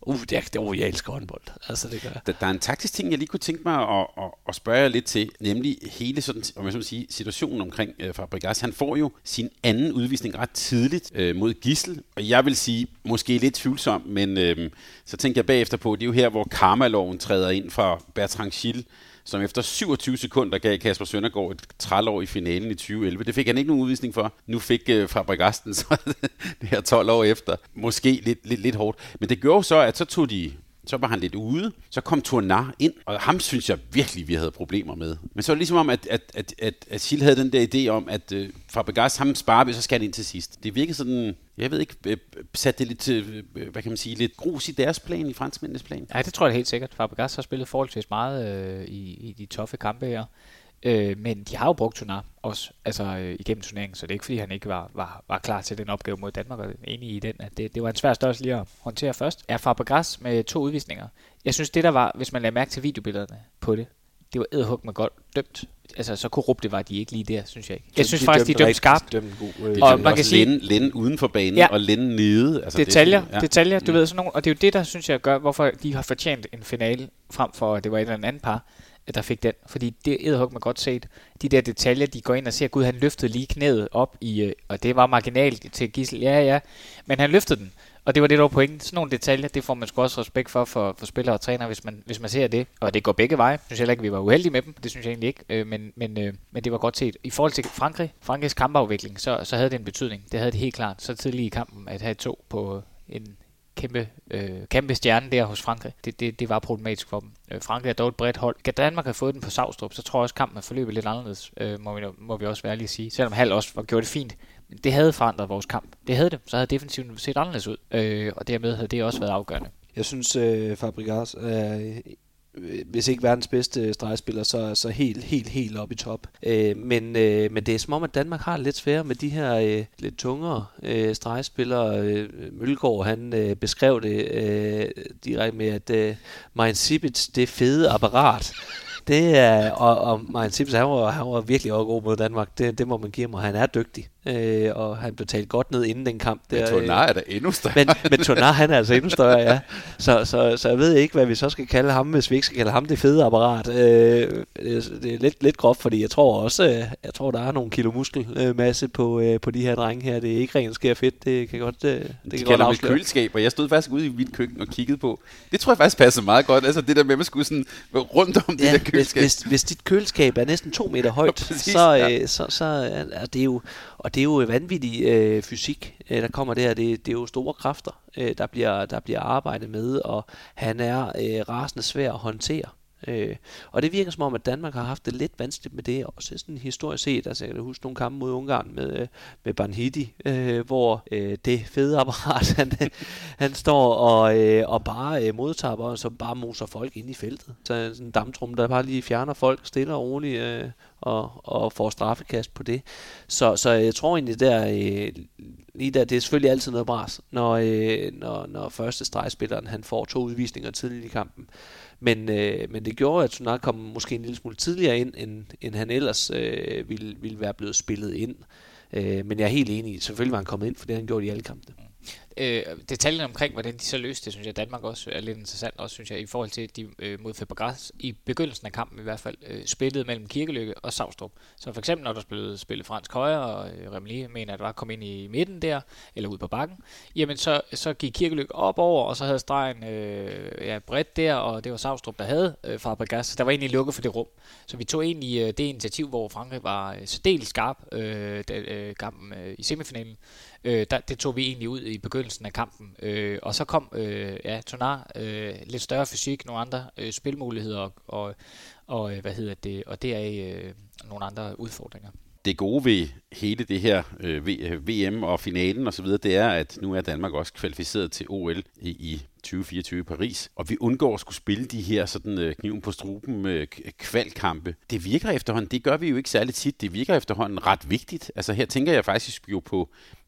Uh, det er, det er, jeg elsker håndbold. Altså, det gør der, der er en taktisk ting, jeg lige kunne tænke mig at, at, at spørge jer lidt til, nemlig hele sådan, om jeg så må sige, situationen omkring uh, Fabregas. Han får jo sin anden udvisning ret tidligt uh, mod Gidsel, og jeg vil sige, måske lidt tvivlsom, men uh, så tænker jeg bagefter på, det er jo her, hvor karmaloven træder ind fra Bertrand Schill, som efter syvogtyve sekunder gav Kasper Søndergaard et trælår i finalen i tyve elleve. Det fik han ikke nogen udvisning for. Nu fik uh, Fabregas den så det her tolv år efter. Måske lidt, lidt, lidt hårdt. Men det gjorde så, at så tog de... Så var han lidt ude. Så kom Tournard ind, og ham synes jeg virkelig, vi havde problemer med. Men så var det ligesom om, at, at, at, at, at Schill havde den der idé om, at uh, Fabregas, ham sparer vi, så skal han ind til sidst. Det virkede sådan, jeg ved ikke, satte det lidt, hvad kan man sige, lidt grus i deres plan, i franskmændenes plan. Ja, det tror jeg helt sikkert. Fabregas har spillet forholdsvis meget øh, i, i de toffe kampe her. Øh, men de har jo brugt Tournard også altså, øh, igennem turneringen, så det er ikke fordi, han ikke var, var, var klar til den opgave mod Danmark, og enig i den, at det, det var en svær størrelse lige at håndtere først. Er Fabregas med to udvisninger. Jeg synes, det der var, hvis man lagde mærke til videobillederne på det, det var edderhug med godt dømt. Altså, så korrupte var de ikke lige der, synes jeg ikke. Jeg synes de faktisk, de dømte skarpt. De dømte og man kan sige Linde uden for banen, ja, og Linde nede. Altså, detaljer, det, ja. detaljer, du mm. ved sådan nogle, og det er jo det, der synes jeg gør, hvorfor de har fortjent en finale, frem for at det var et eller andet par, der fik den, fordi det er edderhug med godt set. De der detaljer, de går ind og ser, gud, han løftede lige knæet op i, og det var marginalt til Gidsel, ja, ja, men han løftede den, og det var det, der var pointen. Sådan nogle detaljer, det får man sgu også respekt for, for, for spillere og træner, hvis man, hvis man ser det, og det går begge veje. Jeg synes heller ikke, vi var uheldige med dem, det synes jeg egentlig ikke, øh, men, men, øh, men det var godt set. I forhold til Frankrig, Frankrigs kampafvikling, så, så havde det en betydning, det havde det helt klart, så tidligt i kampen, at have to på en kæmpe, øh, kæmpe stjerne der hos Frankrig. Det, det, det var problematisk for dem. Øh, Frankrig er dog et bredt hold. Kan Danmark have fået den på Savstrup, så tror jeg også, kampen er forløbet lidt anderledes, øh, må, vi, må vi også være ærlige at sige. Selvom Hall også var gjort det fint. Det havde forandret vores kamp. Det havde det. Så havde defensiven set anderledes ud. Øh, og dermed havde det også været afgørende. Jeg synes, øh, Fabregas er, øh, hvis ikke verdens bedste stregspiller, så, så helt, helt, helt op i top. Øh, men, øh, men det er som om, at Danmark har lidt sværere med de her øh, lidt tungere øh, stregspillere. Øh, Mølgaard, han øh, beskrev det øh, direkte med, at øh, Marin Sibic, det fede apparat. Det er, og, og Marin Sibic, han var, han var virkelig også god mod Danmark. Det, det må man give ham, og han er dygtig. Øh, og han blev talt godt ned inden den kamp. Men Tournard er da endnu større. Men, men Tournard, han er altså endnu større, ja. Så, så, så jeg ved ikke, hvad vi så skal kalde ham, hvis vi ikke skal kalde ham det fede apparat. Øh, det er lidt, lidt groft, fordi jeg tror også, øh, jeg tror, der er nogle kilo muskelmasse på, øh, på de her drenge her. Det er ikke rent skær fedt, det kan godt øh, det de kan godt afsløre. Køleskab, og jeg stod faktisk ude i mit køkken og kiggede på. Det tror jeg faktisk passer meget godt. Altså det der med, at man skulle sådan rundt om ja, det der køleskab. Hvis, hvis, hvis dit køleskab er næsten to meter højt, ja, præcis, så, øh, ja. så, så er det jo, og det er jo vanvittig øh, fysik, øh, der kommer der. Det, det er jo store kræfter, øh, der, bliver, der bliver arbejdet med, og han er øh, rasende svær at håndtere. Øh, og det virker som om, at Danmark har haft det lidt vanskeligt med det, også sådan historisk set. Altså, jeg kan huske nogle kampe mod Ungarn med, med Banhidi, øh, hvor øh, det fede apparat, han, han står og, øh, og bare øh, modtager, og så bare moser folk ind i feltet. Så sådan en damptrum, der bare lige fjerner folk stille og roligt, øh, og, og får straffekast på det. Så, så jeg tror egentlig der, øh, lige der, det er selvfølgelig altid noget bras, når, øh, når, når første stregspilleren, han får to udvisninger tidligt i kampen. Men, øh, men det gjorde, at Tournard kom måske en lille smule tidligere ind, end, end han ellers øh, ville, ville være blevet spillet ind. Øh, men jeg er helt enig. Selvfølgelig var han kommet ind, for det han gjorde i alle kampene. Øh, detaljen omkring, hvordan de så løste det, synes jeg, Danmark også er lidt interessant, også synes jeg, i forhold til de øh, mod Fabregas, i begyndelsen af kampen i hvert fald, øh, spillede mellem Kirkelykke og Savstrup. Så for eksempel, når der spillede spillet fransk højre, og øh, Remeli mener, at der var kommet ind i midten der, eller ud på bakken, jamen så, så gik Kirkelykke op over, og så havde stregen øh, ja, bredt der, og det var Savstrup, der havde øh, Fabregas. Der var egentlig lukket for det rum. Så vi tog egentlig øh, det initiativ, hvor Frankrig var øh, særdeles skarp, øh, da, øh, kampen øh, i semifinalen. Øh, der, det tog vi egentlig ud i begyndelsen af kampen, øh, og så kom øh, ja, Tournard, øh, lidt større fysik, nogle andre øh, spilmuligheder, og, og, og hvad hedder det, og det er øh, nogle andre udfordringer. Det gode ved hele det her øh, V M og finalen og så videre, det er, at nu er Danmark også kvalificeret til O L i, i tyve fireogtyve i Paris, og vi undgår at skulle spille de her sådan øh, kniven på struben øh, kvalkampe. Det virker efterhånden, det gør vi jo ikke særlig tit, det virker efterhånden ret vigtigt. Altså her tænker jeg faktisk jo på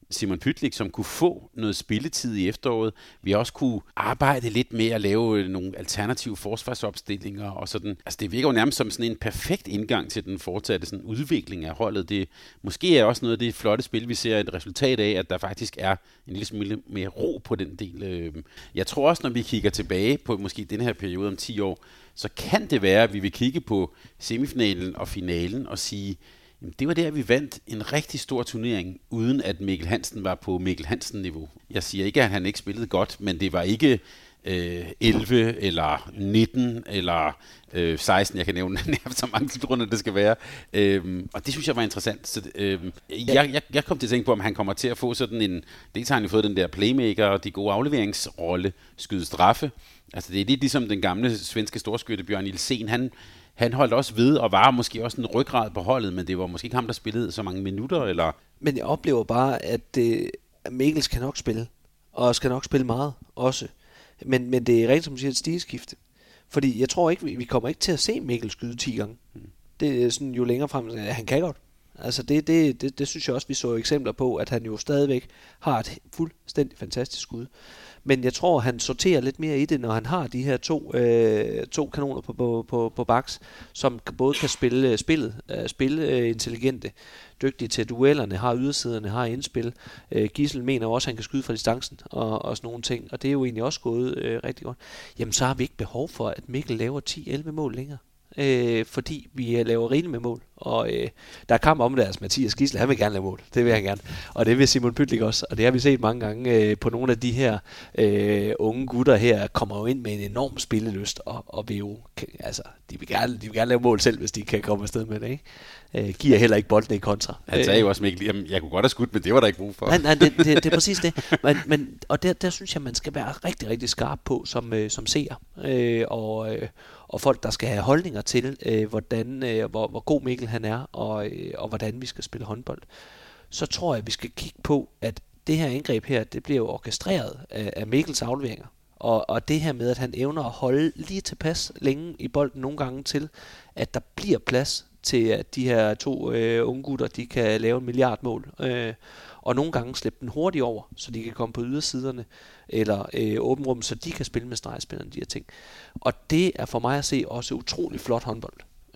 Simon Pytlik, som kunne få noget spilletid i efteråret. Vi også kunne arbejde lidt med at lave nogle alternative forsvarsopstillinger og sådan. Altså det virker jo nærmest som sådan en perfekt indgang til den fortsatte sådan udvikling af holdet. Det måske er også noget af det flotte spil, vi ser et resultat af, at der faktisk er en lille smule mere ro på den del. Jeg tror også, når vi kigger tilbage på måske den her periode om ti år, så kan det være, at vi vil kigge på semifinalen og finalen og sige, jamen, det var der, vi vandt en rigtig stor turnering, uden at Mikkel Hansen var på Mikkel Hansen-niveau. Jeg siger ikke, at han ikke spillede godt, men det var ikke øh, elleve eller nitten eller øh, seksten, jeg kan nævne nærmest så mange slutrunder, det skal være. Øhm, og det synes jeg var interessant. Så, øhm, jeg, jeg, jeg kom til at tænke på, om han kommer til at få sådan en, dels har han jo fået den der playmaker og de gode afleveringsrolle, skyde straffe. Altså det er lidt ligesom den gamle svenske storskytte Bjørn Nielsen. Han, han holdt også ved og var måske også en ryggrad på holdet, men det var måske ikke ham, der spillede så mange minutter. Eller... Men jeg oplever bare, at øh, Mikkel skal nok spille, og skal nok spille meget også. Men, men det er rent som du siger et stigeskifte. Fordi jeg tror ikke, vi, vi kommer ikke til at se Mikkel skyde ti gange. Hmm. Det er sådan jo længere frem, at han kan godt. Altså det, det, det, det synes jeg også, vi så eksempler på, at han jo stadigvæk har et fuldstændig fantastisk skud. Men jeg tror, han sorterer lidt mere i det, når han har de her to, øh, to kanoner på, på, på, på baks, som både kan spille øh, spillet, øh, spille øh, intelligente, dygtige til duellerne, har ydersiderne, har indspil. Øh, Gissel mener også, at han kan skyde fra distancen og, og sådan nogle ting, og det er jo egentlig også gået øh, rigtig godt. Jamen så har vi ikke behov for, at Mikkel laver ti elleve mål længere. Øh, fordi vi laver rigeligt med mål, og øh, der er kamp om det, altså Mathias Gissel, han vil gerne lave mål, det vil han gerne, og det vil Simon Pytlik også, og det har vi set mange gange øh, på nogle af de her øh, unge gutter her, kommer jo ind med en enorm spillelyst, og, og vil jo, altså, de vil, gerne, de vil gerne lave mål selv, hvis de kan komme afsted med det, ikke? Øh, giver heller ikke bolden i kontra. Han sagde jo også, Mikkel, jamen, jeg kunne godt have skudt, men det var der ikke brug for. Nej, nej, det, det, det er præcis det, men, men, og der, der synes jeg, man skal være rigtig, rigtig skarp på, som, øh, som seer, øh, og øh, og folk, der skal have holdninger til, øh, hvordan, øh, hvor, hvor god Mikkel han er, og, øh, og hvordan vi skal spille håndbold, så tror jeg, at vi skal kigge på, at det her indgreb her, det bliver jo orkestreret af, af Mikkels afleveringer. Og, og det her med, at han evner at holde lige tilpas længe i bolden nogle gange til, at der bliver plads til, at de her to øh, unge gutter, de kan lave en milliard mål. Øh, og nogle gange slippe den hurtigt over, så de kan komme på ydersiderne, eller øh, åben rum, så de kan spille med stregspillerne, de her ting. Og det er for mig at se også utrolig flot håndbold.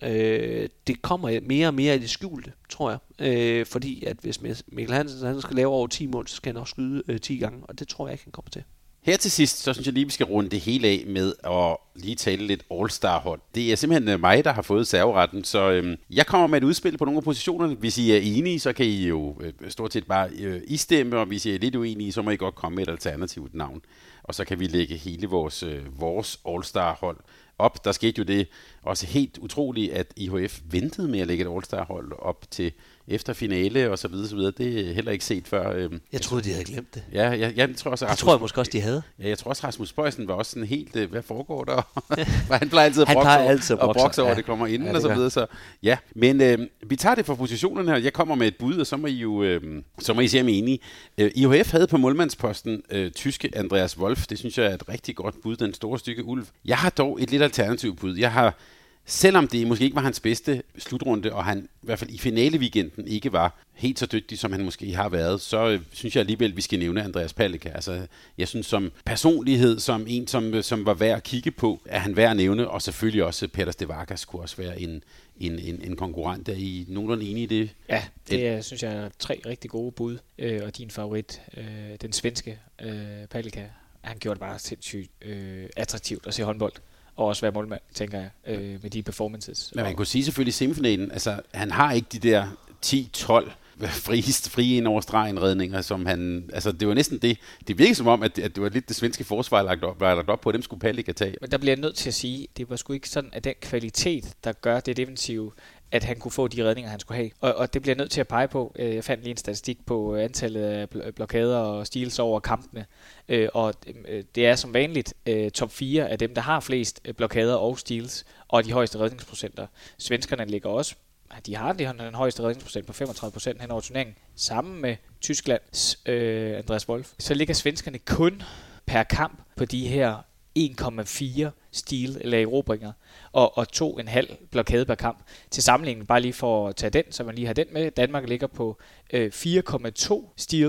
Øh, det kommer mere og mere i det skjulte, tror jeg. Øh, fordi at hvis Mikkel Hansen han skal lave over ti mål, så skal han også skyde øh, ti gange, og det tror jeg ikke, han kommer til. Her til sidst, så synes jeg lige, vi skal runde det hele af med at lige tale lidt All-Star-hold. Det er simpelthen mig, der har fået serveretten, så øhm, jeg kommer med et udspil på nogle af positionerne. Hvis I er enige, så kan I jo øh, stort set bare øh, istemme, og hvis I er lidt uenige, så må I godt komme med et alternativt navn. Og så kan vi lægge hele vores, øh, vores All-Star-hold op. Der skete jo det også helt utroligt, at I H F ventede med at lægge et All-Star-hold op til efter finale og så videre, så videre. Det er heller ikke set før. Jeg troede, de havde glemt det. Ja, jeg, jeg tror også... Det tror jeg måske også, de havde. Ja, jeg tror også, Rasmus Bøjsen var også sådan helt, hvad foregår der? Han plejer altid at brokse over, over, og brokse over, ja. Det kommer inden ja, det og så videre. Så, ja, men øh, vi tager det fra positionerne her. Jeg kommer med et bud, og så må I jo øh, så må I se, om I er enige. Øh, I H F havde på målmandsposten øh, tyske Andreas Wolf. Det synes jeg er et rigtig godt bud, den store stykke ulv. Jeg har dog et lidt alternativt bud. Jeg har Selvom det måske ikke var hans bedste slutrunde, og han i hvert fald i finaleweekenden ikke var helt så dygtig, som han måske har været, så øh, synes jeg alligevel, at vi skal nævne Andreas Palika. Altså, jeg synes som personlighed, som en, som, som var værd at kigge på, er han værd at nævne, og selvfølgelig også Peter Stevagas skulle også være en, en, en, en konkurrent. Er I nogenlunde enige i det? Ja, det er, synes jeg er tre rigtig gode bud, øh, og din favorit, øh, den svenske øh, Palika, han gjorde det bare sindssygt øh, attraktivt at se håndbold. Og også være målmand, tænker jeg, øh, med de performances. Men man kunne sige selvfølgelig i semifinalen, altså han har ikke de der ti tolv friest, frie ind over stregen redninger, som han, altså det var næsten det, det virkede som om, at, at det var lidt det svenske forsvar lagt op, var lagt op på, dem skulle Palika tage. Men der bliver jeg nødt til at sige, det var sgu ikke sådan, at den kvalitet, der gør det defensive, at han kunne få de redninger, han skulle have. Og, og det bliver jeg nødt til at pege på. Jeg fandt lige en statistik på antallet af blokader og steals over kampene. Og det er som vanligt top fire af dem, der har flest blokader og steals, og de højeste redningsprocenter. Svenskerne ligger også, de har den højeste redningsprocent på femogtredive procent hen over turneringen, sammen med Tysklands øh, Andreas Wolf. Så ligger svenskerne kun per kamp på de her en komma fire steal eller erobringer og, og to komma fem blokade per kamp. Til sammenligning, bare lige for at tage den, så man lige har den med, Danmark ligger på øh, fire komma to steals,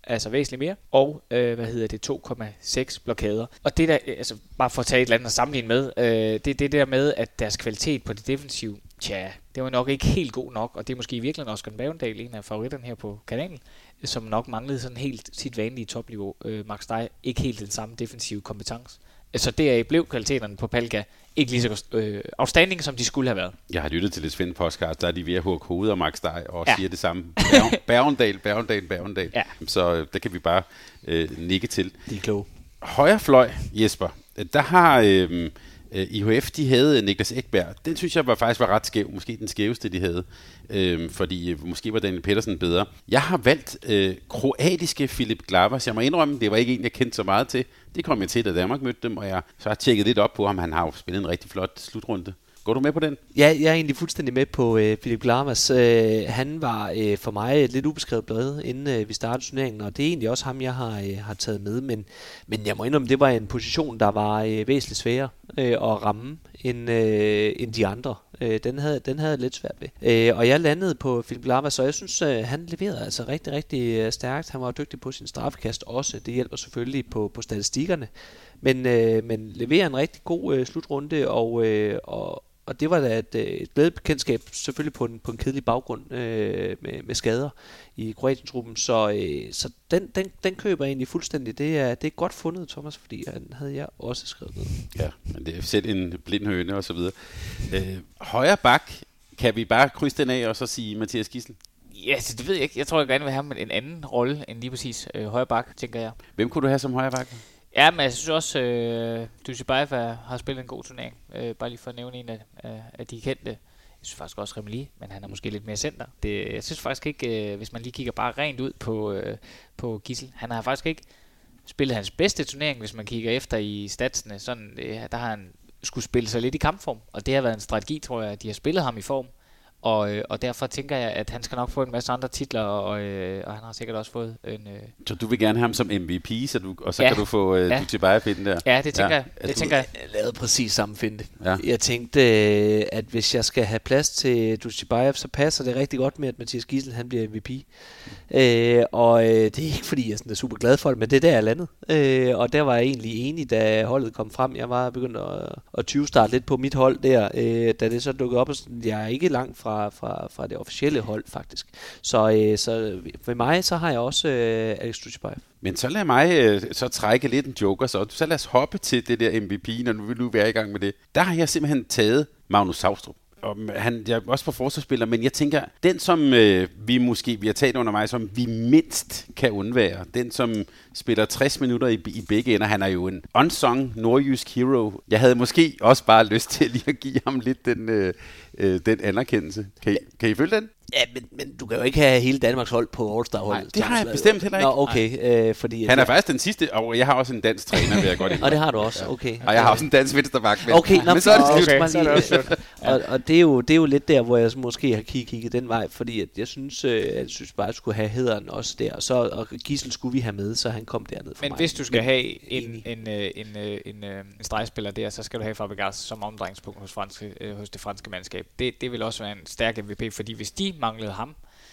altså væsentligt mere, og øh, hvad hedder det, to komma seks blokader. Og det der, altså bare for at tage et eller andet at sammenligne med, øh, det er det der med, at deres kvalitet på det defensive, tja, det var nok ikke helt god nok, og det er måske virkelig Oscar Bavendal, en af favoritterne her på kanalen, som nok manglede sådan helt sit vanlige topniveau. Øh, Max Steg, ikke helt den samme defensive kompetence. Så deraf blev kvaliteterne på Palka ikke lige så øh, outstanding, som de skulle have været. Jeg har lyttet til lidt Svend podcast, der er de ved at hugge hovedet og Max Steg og ja. siger det samme. Bavendal, Bavendal, Bavendal. Ja. Så øh, der kan vi bare øh, nikke til. De er kloge. Højre fløj, Jesper. Der har øh, I H F, de havde Niklas Ekberg. Den synes jeg var, faktisk var ret skæv. Måske den skæveste, de havde. Øh, fordi øh, måske var Daniel Pettersen bedre. Jeg har valgt øh, kroatiske Filip Glavas. Jeg må indrømme, det var ikke en, jeg kendte så meget til. Det kom jeg til, da Danmark mødte dem, og jeg så har tjekket lidt op på ham. Han har jo spillet en rigtig flot slutrunde. Går du med på den? Ja, jeg er egentlig fuldstændig med på øh, Filip Glavas. Øh, han var øh, for mig et lidt ubeskrevet blad, inden øh, vi startede turneringen, og det er egentlig også ham, jeg har, øh, har taget med. Men, men jeg må indrømme, det var en position, der var øh, væsentligt sværere øh, at ramme end, øh, end de andre. Øh, den, havde, den havde jeg lidt svært ved. Øh, og jeg landede på Filip Glavas, så jeg synes, øh, han leverede altså rigtig, rigtig øh, stærkt. Han var dygtig på sin straffekast også. Det hjælper selvfølgelig på, på statistikkerne. Men, øh, men leverer en rigtig god øh, slutrunde, og, øh, og Og det var da et, et glædebekendtskab, selvfølgelig på en, på en kedelig baggrund øh, med, med skader i Kroatien-truppen. Så, øh, så den, den, den køber jeg egentlig fuldstændig. Det er, det er godt fundet, Thomas, fordi den havde jeg også skrevet ned. Ja, men det er selv en blind høne og så videre. Øh, højre bak, kan vi bare krydse den af og så sige Mathias Gidsel? Ja, så det ved jeg ikke. Jeg tror, jeg gerne vil have en anden rolle end lige præcis øh, højre bak, tænker jeg. Hvem kunne du have som højre bak? Ja, men jeg synes også, at øh, Dushibayev har spillet en god turnering. Øh, bare lige for at nævne en af, af, af de kendte. Jeg synes faktisk også Remeli, men han er måske lidt mere center. Det, jeg synes faktisk ikke, øh, hvis man lige kigger bare rent ud på, øh, på Gidsel. Han har faktisk ikke spillet hans bedste turnering, hvis man kigger efter i statsene. Sådan, øh, der har han skulle spille sig lidt i kampform. Og det har været en strategi, tror jeg, at de har spillet ham i form. Og, øh, og derfor tænker jeg, at han skal nok få en masse andre titler, og, øh, og han har sikkert også fået en... Øh... Så du vil gerne have ham som M V P, så du, og så ja. kan du få øh, ja. Dushibayev ind der? Ja, det tænker ja. jeg. Det altså, tænker jeg. Jeg lavede præcis samme finte. Ja. Jeg tænkte, at hvis jeg skal have plads til Dushibayev, så passer det rigtig godt med, at Mathias Gidsel han bliver M V P. Mm. Øh, og øh, det er ikke, fordi jeg sådan er super glad for det, men det er der, jeg landede. Øh, og der var jeg egentlig enig, da holdet kom frem. Jeg var begyndt at, at tyve-starte lidt på mit hold der, øh, da det så dukkede op. Og sådan, jeg er ikke langt fra, fra, fra det officielle hold, faktisk. Så, øh, så for mig, så har jeg også øh, Alex Dushibayev. Men så lad mig øh, så trække lidt en joker, så, så lad os hoppe til det der M V P, når du vil nu være i gang med det. Der har jeg simpelthen taget Magnus Saustrup. Og han, jeg er også på forsvarsspiller, men jeg tænker, den som øh, vi måske, vi har talt under mig, som vi mindst kan undvære, den som spiller tres minutter i, i begge ender, han er jo en unsung nordjysk hero. Jeg havde måske også bare lyst til lige at give ham lidt den, øh, øh, den anerkendelse. Kan I, kan I følge den? Ja, men, men du kan jo ikke have hele Danmarks hold på All-Star-holdet. Nej, det har jeg bestemt heller ikke. Nå, okay. Øh, fordi, han er jeg... faktisk den sidste, og jeg har også en dansk træner, vil jeg godt indrømme. Og det har du også, okay. Og jeg har også en dansk venstreback med. Okay, men så er det slut. Okay, så er det også slut. og, og det er jo det er jo lidt der, hvor jeg måske har kigget den vej, fordi at jeg synes, øh, jeg synes bare, at jeg skulle have hederen også der, og så og Gidsel skulle vi have med, så han kom derned for men mig. Hvis du skal have en, en, en, en, en, en stregspiller der, så skal du have Fabregas som omdrejningspunkt hos, franske, øh, hos det franske mandskab. Det, det vil også være en stærk M V P, fordi hvis de manglede ham,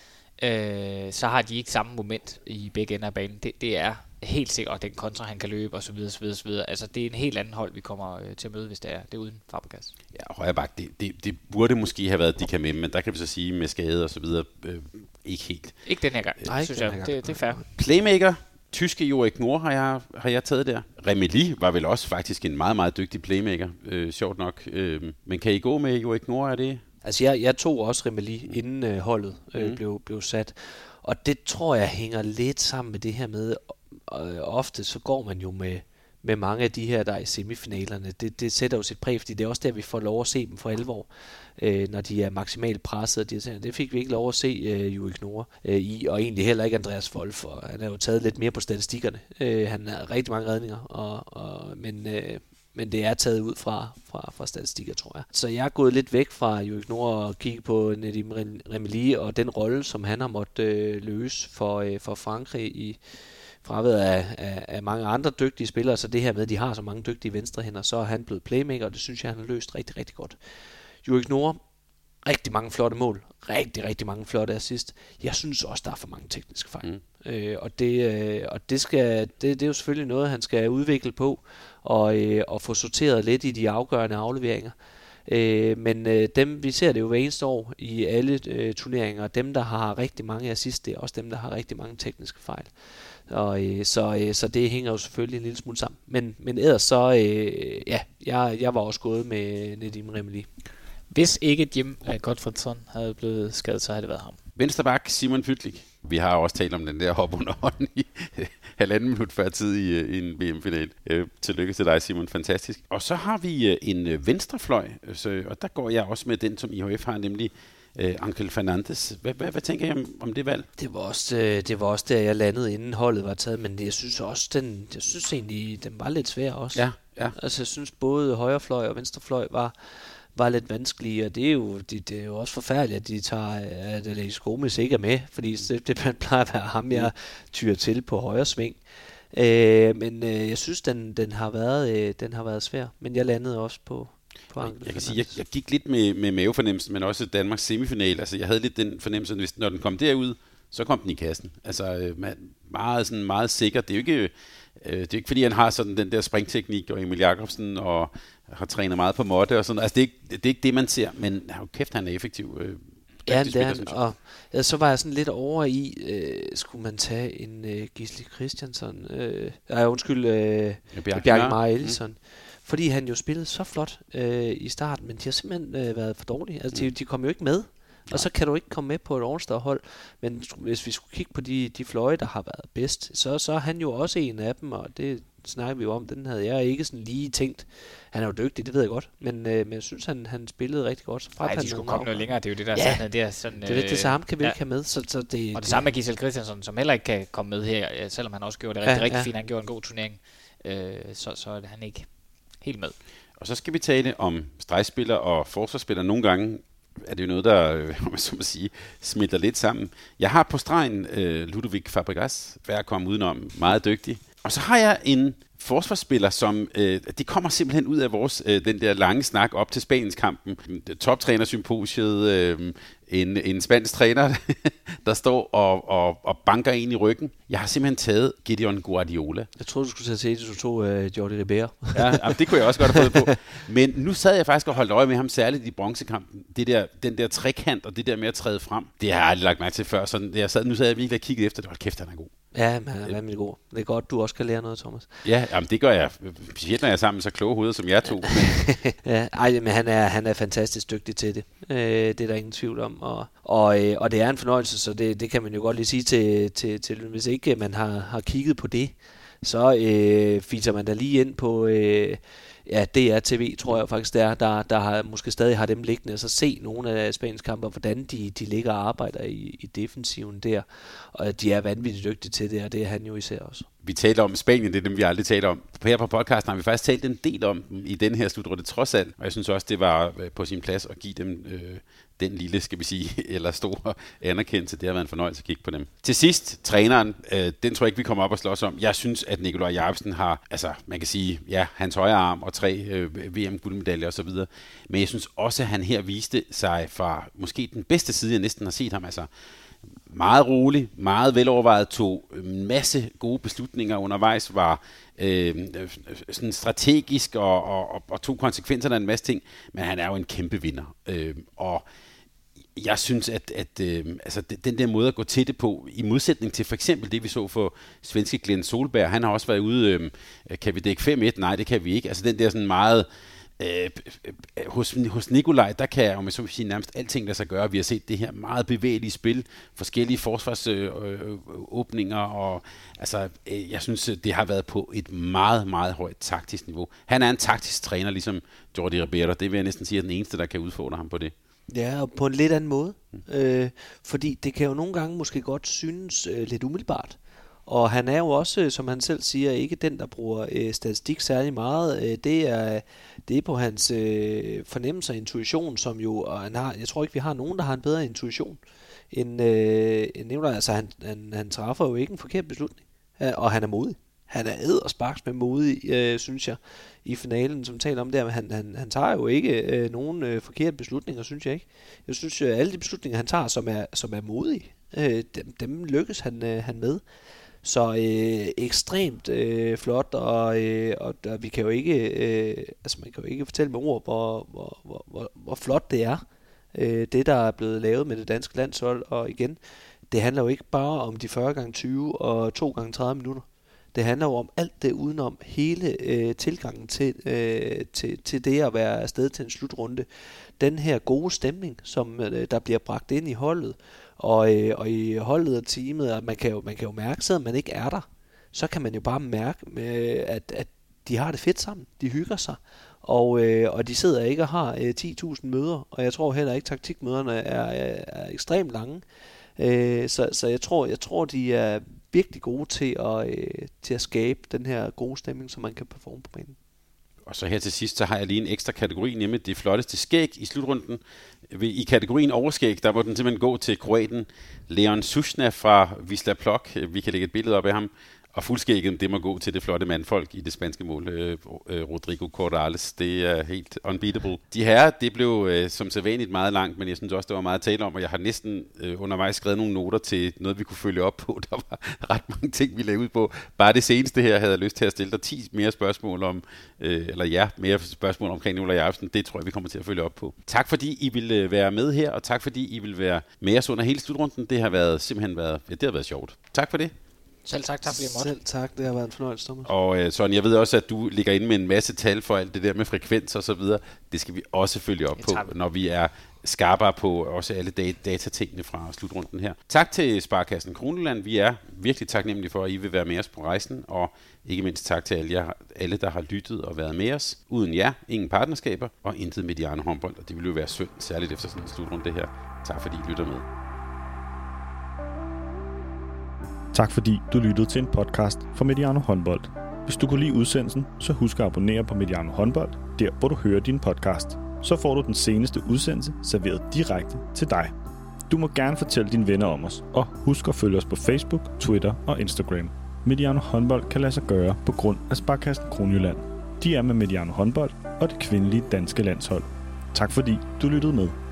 øh, så har de ikke samme moment i begge ender af banen. Det, det er helt sikkert den kontra, han kan løbe osv. osv., osv. Altså, det er en helt anden hold, vi kommer øh, til at møde, hvis det er, det er uden Fabregas. Ja, højre bak, det, det, det burde måske have været Dika med, men der kan vi så sige med skade og så videre, øh, ikke helt. Ikke den her gang, Nej, synes jeg. gang. Det, det er fair. Playmaker, tyske Jorik Nohr har jeg, har jeg taget der. Remeli var vel også faktisk en meget, meget dygtig playmaker, øh, sjovt nok. Øh, men kan I gå med Jorik Nohr, er det? Altså, jeg, jeg tog også Remeli, inden øh, holdet øh, mm. blev, blev sat. Og det tror jeg hænger lidt sammen med det her med, øh, ofte så går man jo med, med mange af de her, der er i semifinalerne. Det, det sætter jo sit præg, fordi det er også der, vi får lov at se dem for alvor, øh, når de er maksimalt presset. Det, det fik vi ikke lov at se øh, Jorik Nohr øh, i, og egentlig heller ikke Andreas Wolf, for han har jo taget lidt mere på statistikkerne. Øh, han har rigtig mange redninger, og, og, men... Øh, Men det er taget ud fra, fra, fra statistikker, tror jeg. Så jeg er gået lidt væk fra Jorik Nohr og kigge på Nedim Remeli og den rolle, som han har måttet øh, løse for, øh, for Frankrig i fraværet af, af, af mange andre dygtige spillere. Så det her med, at de har så mange dygtige venstrehænder, så er han blevet playmaker, og det synes jeg, han har løst rigtig, rigtig godt. Jorik Nohr, rigtig mange flotte mål, rigtig, rigtig mange flotte assist. Jeg synes også, der er for mange tekniske fejl. Mm. Øh, og det, øh, og det, skal, det, det er jo selvfølgelig noget, han skal udvikle på, og, øh, og få sorteret lidt i de afgørende afleveringer. Øh, men øh, dem, vi ser det jo hver eneste år i alle øh, turneringer, dem, der har rigtig mange assist, det er også dem, der har rigtig mange tekniske fejl. Og, øh, så, øh, så det hænger jo selvfølgelig en lille smule sammen. Men, men ellers så, øh, ja, jeg, jeg var også gået med Nedim Remili. Hvis ikke Jim uh, Gottfredsson havde blevet skadet, så havde det været ham. Venstreback Simon Pytlik. Vi har også talt om den der hop under hånden i halvanden minut før tid i, i en V M-final. Øh, tillykke til dig, Simon. Fantastisk. Og så har vi øh, en øh, venstrefløj, så, og der går jeg også med den, som I H F har, nemlig øh, Angel Fernandes. Hvad, hvad, hvad tænker I om, om det valg? Det var, også, øh, det var også der, jeg landede, inden holdet var taget, men jeg synes også, den, jeg synes egentlig, den var lidt svær også. Ja, ja. Altså, jeg synes både højrefløj og venstrefløj var... var lidt vanskelige, og det er jo, det, det er jo også forfærdeligt, at de tager, at Alex Gomes ikke er med, fordi det, det plejer at være ham, jeg tyrer til på højre sving. Øh, men øh, jeg synes, den, den, har været, øh, den har været svær, men jeg landede også på, på Angel Jeg kan sige, jeg, jeg gik lidt med, med mavefornemmelsen, men også Danmarks semifinal. Altså, jeg havde lidt den fornemmelse, at når den kom derud, så kom den i kassen. Altså, øh, meget, sådan, meget sikker. Det er jo ikke... Det er ikke fordi, han har sådan den der springteknik, og Emil Jacobsen, og har trænet meget på måtte og sådan. Altså, det er ikke det, er ikke det man ser, men jo, kæft, han er effektiv. Øh, ja, det er han, og ja, så var jeg sådan lidt over i, øh, skulle man tage en øh, Gisli Christiansen, øh, nej, undskyld, øh, Bjarke Mare Elison, mm. fordi han jo spillede så flot øh, i starten, men de har simpelthen øh, været for dårlige. Altså, mm. de, de kom jo ikke med. Og så kan du ikke komme med på et All-Star-hold, men hvis vi skulle kigge på de, de fløje, der har været bedst, så, så er han jo også en af dem, og det snakker vi jo om, den havde jeg ikke sådan lige tænkt. Han er jo dygtig, det ved jeg godt, men, øh, men jeg synes, han, han spillede rigtig godt. Nej, de skulle komme noget længere, det er jo det, der ja, sådan, det er sådan, det er lidt det samme, kan vi ja. ikke have med. Så, så det, og det, det samme med Gisel Christiansen, som heller ikke kan komme med her, selvom han også gjorde det rigtig, ja, rigtig ja. fint, han gjorde en god turnering, øh, så, så er han ikke helt med. Og så skal vi tale om stregspillere og forsvarsspillere. Nogle gange er det jo noget, der, om man så må sige, smelter lidt sammen. Jeg har på stregen øh, Ludovic Fabregas, hver at komme udenom, meget dygtig. Og så har jeg en forsvarsspiller, som øh, det kommer simpelthen ud af vores øh, den der lange snak op til Spanienskampen. Toptrænersymposiet, øh, en, en spansk træner, der står og, og, og banker en i ryggen. Jeg har simpelthen taget Gideon Guardiola. Jeg troede, du skulle tage til, at du tog uh, Jordi Ribera. Ja, det kunne jeg også godt have fået på. Men nu sad jeg faktisk og holdt øje med ham, særligt i bronzekampen. Det der, den der trekant og det der med at træde frem, det har jeg aldrig lagt mærke til før. Så jeg sad, nu sad jeg virkelig og kiggede efter det. Hold kæft, han er god. Ja, men han er vanvittig god. Det er godt, du også kan lære noget, Thomas. Ja, jamen, det gør jeg. Specielt når jeg er sammen med så kloge hoveder som jeg to. Ja, ej, men han er, han er fantastisk dygtig til det. Øh, det er der ingen tvivl om. Og, og, øh, og det er en fornøjelse, så det, det kan man jo godt lige sige til, til, til hvis ikke man har, har kigget på det, så øh, fiser man da lige ind på... Øh, ja, D R T V, tror jeg faktisk, det er, der, der har, måske stadig har dem liggende, og så se nogle af Spaniens kamper, hvordan de, de ligger og arbejder i, i defensiven der. Og de er vanvittigt dygtige til det, og det er han jo især også. Vi taler om Spanien, det er dem, vi aldrig taler om. Her på podcasten har vi faktisk talt en del om dem i den her slutrunde trods alt, og jeg synes også, det var på sin plads at give dem øh, den lille, skal vi sige, eller store anerkendelse. Det har været en fornøjelse at kigge på dem. Til sidst, træneren, øh, den tror jeg ikke, vi kommer op og slås om. Jeg synes, at Nikolaj Jacobsen har, altså man kan sige, ja, hans højre arm og tre øh, V M-guldmedaljer osv., men jeg synes også, at han her viste sig fra måske den bedste side, jeg næsten har set ham, altså meget rolig, meget velovervejet, tog en masse gode beslutninger undervejs, var øh, sådan strategisk og, og, og tog konsekvenserne af en masse ting, men han er jo en kæmpe vinder. Øh, og jeg synes, at, at øh, altså, den der måde at gå til det på, i modsætning til for eksempel det, vi så for svenske Glenn Solberg, han har også været ude, øh, kan vi dække fem et? Nej, det kan vi ikke. Altså den der sådan meget... Øh, hos, hos Nikolaj, der kan om jeg så vil sige nærmest alting lade sig gøre. Vi har set det her meget bevægelige spil, forskellige forsvarsåbninger, øh, og altså, øh, jeg synes, det har været på et meget, meget højt taktisk niveau. Han er en taktisk træner, ligesom Jordi Ribera. Det vil jeg næsten sige er den eneste, der kan udfordre ham på det. Ja, og på en lidt anden måde. Mm. Øh, fordi det kan jo nogle gange måske godt synes øh, lidt umiddelbart. Og han er jo også, som han selv siger, ikke den, der bruger øh, statistik særlig meget. Øh, det, er, det er på hans øh, fornemmelse og intuition, som jo, og han har, jeg tror ikke, vi har nogen, der har en bedre intuition end, øh, end Nikolaj. Altså, han, han, han træffer jo ikke en forkert beslutning, og han er modig. han er eddersparks med modig, øh, synes jeg, i finalen, som taler om det, men han, han, han tager jo ikke øh, nogen øh, forkerte beslutninger, synes jeg ikke. Jeg synes, at alle de beslutninger, han tager, som er, som er modige, øh, dem, dem lykkes han, øh, han med. Så øh, ekstremt øh, flot, og, øh, og der, vi kan jo ikke, øh, altså man kan jo ikke fortælle med ord, hvor, hvor, hvor, hvor, hvor flot det er, øh, det der er blevet lavet med det danske landshold. Og igen, det handler jo ikke bare om de fyrre gange tyve og to gange tredive minutter. Det handler jo om alt det udenom, hele øh, tilgangen til, øh, til, til det at være afsted til en slutrunde. Den her gode stemning, som øh, der bliver bragt ind i holdet, og, øh, og i holdet og teamet, at man kan jo, man kan jo mærke, selvom man ikke er der, så kan man jo bare mærke, øh, at, at de har det fedt sammen, de hygger sig, og, øh, og de sidder ikke og har øh, ti tusind møder, og jeg tror heller ikke, taktikmøderne er, er, er ekstremt lange. Øh, så, så jeg tror, jeg tror, de er virkelig gode til at, øh, til at skabe den her gode stemning, som man kan performe på banen. Og så her til sidst, så har jeg lige en ekstra kategori, nemlig det flotteste skæg i slutrunden. I kategorien overskæg, der må den simpelthen gå til kroaten Leon Susna fra Wisla Plock. Vi kan lægge et billede op af ham. Og fuldskægget, det må gå til det flotte mandfolk i det spanske mål, øh, Rodrigo Corrales. Det er helt unbeatable. De her, det blev øh, som sædvanligt meget langt, men jeg synes også, det var meget at tale om, og jeg har næsten øh, undervejs skrevet nogle noter til noget, vi kunne følge op på. Der var ret mange ting, vi lagde ud på. Bare det seneste her havde jeg lyst til at stille dig ti mere spørgsmål om, øh, eller ja, mere spørgsmål omkring Nikolaj Jacobsen. Det tror jeg, vi kommer til at følge op på. Tak fordi I ville være med her, og tak fordi I ville være med os under hele slutrunden. Det har været, simpelthen været, ja, det har været sjovt. Tak for det. Selv tak, tak fordi jeg måtte. Selv tak, det har været en fornøjelse, Thomas. Og øh, sådan, jeg ved også, at du ligger inde med en masse tal for alt det der med frekvens og så videre. Det skal vi også følge op på, når vi er skarpere på også alle datatingene fra slutrunden her. Tak til Sparkassen Kronjylland. Vi er virkelig taknemmelige for, at I vil være med os på rejsen, og ikke mindst tak til alle, jer, alle der har lyttet og været med os. Uden jer, ingen partnerskaber, og intet Mediano håndbold, og det ville jo være synd, særligt efter sådan en slutrunde det her. Tak fordi I lytter med. Tak fordi du lyttede til en podcast fra Mediano Håndbold. Hvis du kunne lide udsendelsen, så husk at abonnere på Mediano Håndbold, der hvor du hører din podcast. Så får du den seneste udsendelse serveret direkte til dig. Du må gerne fortælle dine venner om os, og husk at følge os på Facebook, Twitter og Instagram. Mediano Håndbold kan lade sig gøre på grund af Sparkassen Kronjylland. De er med Mediano Håndbold og det kvindelige danske landshold. Tak fordi du lyttede med.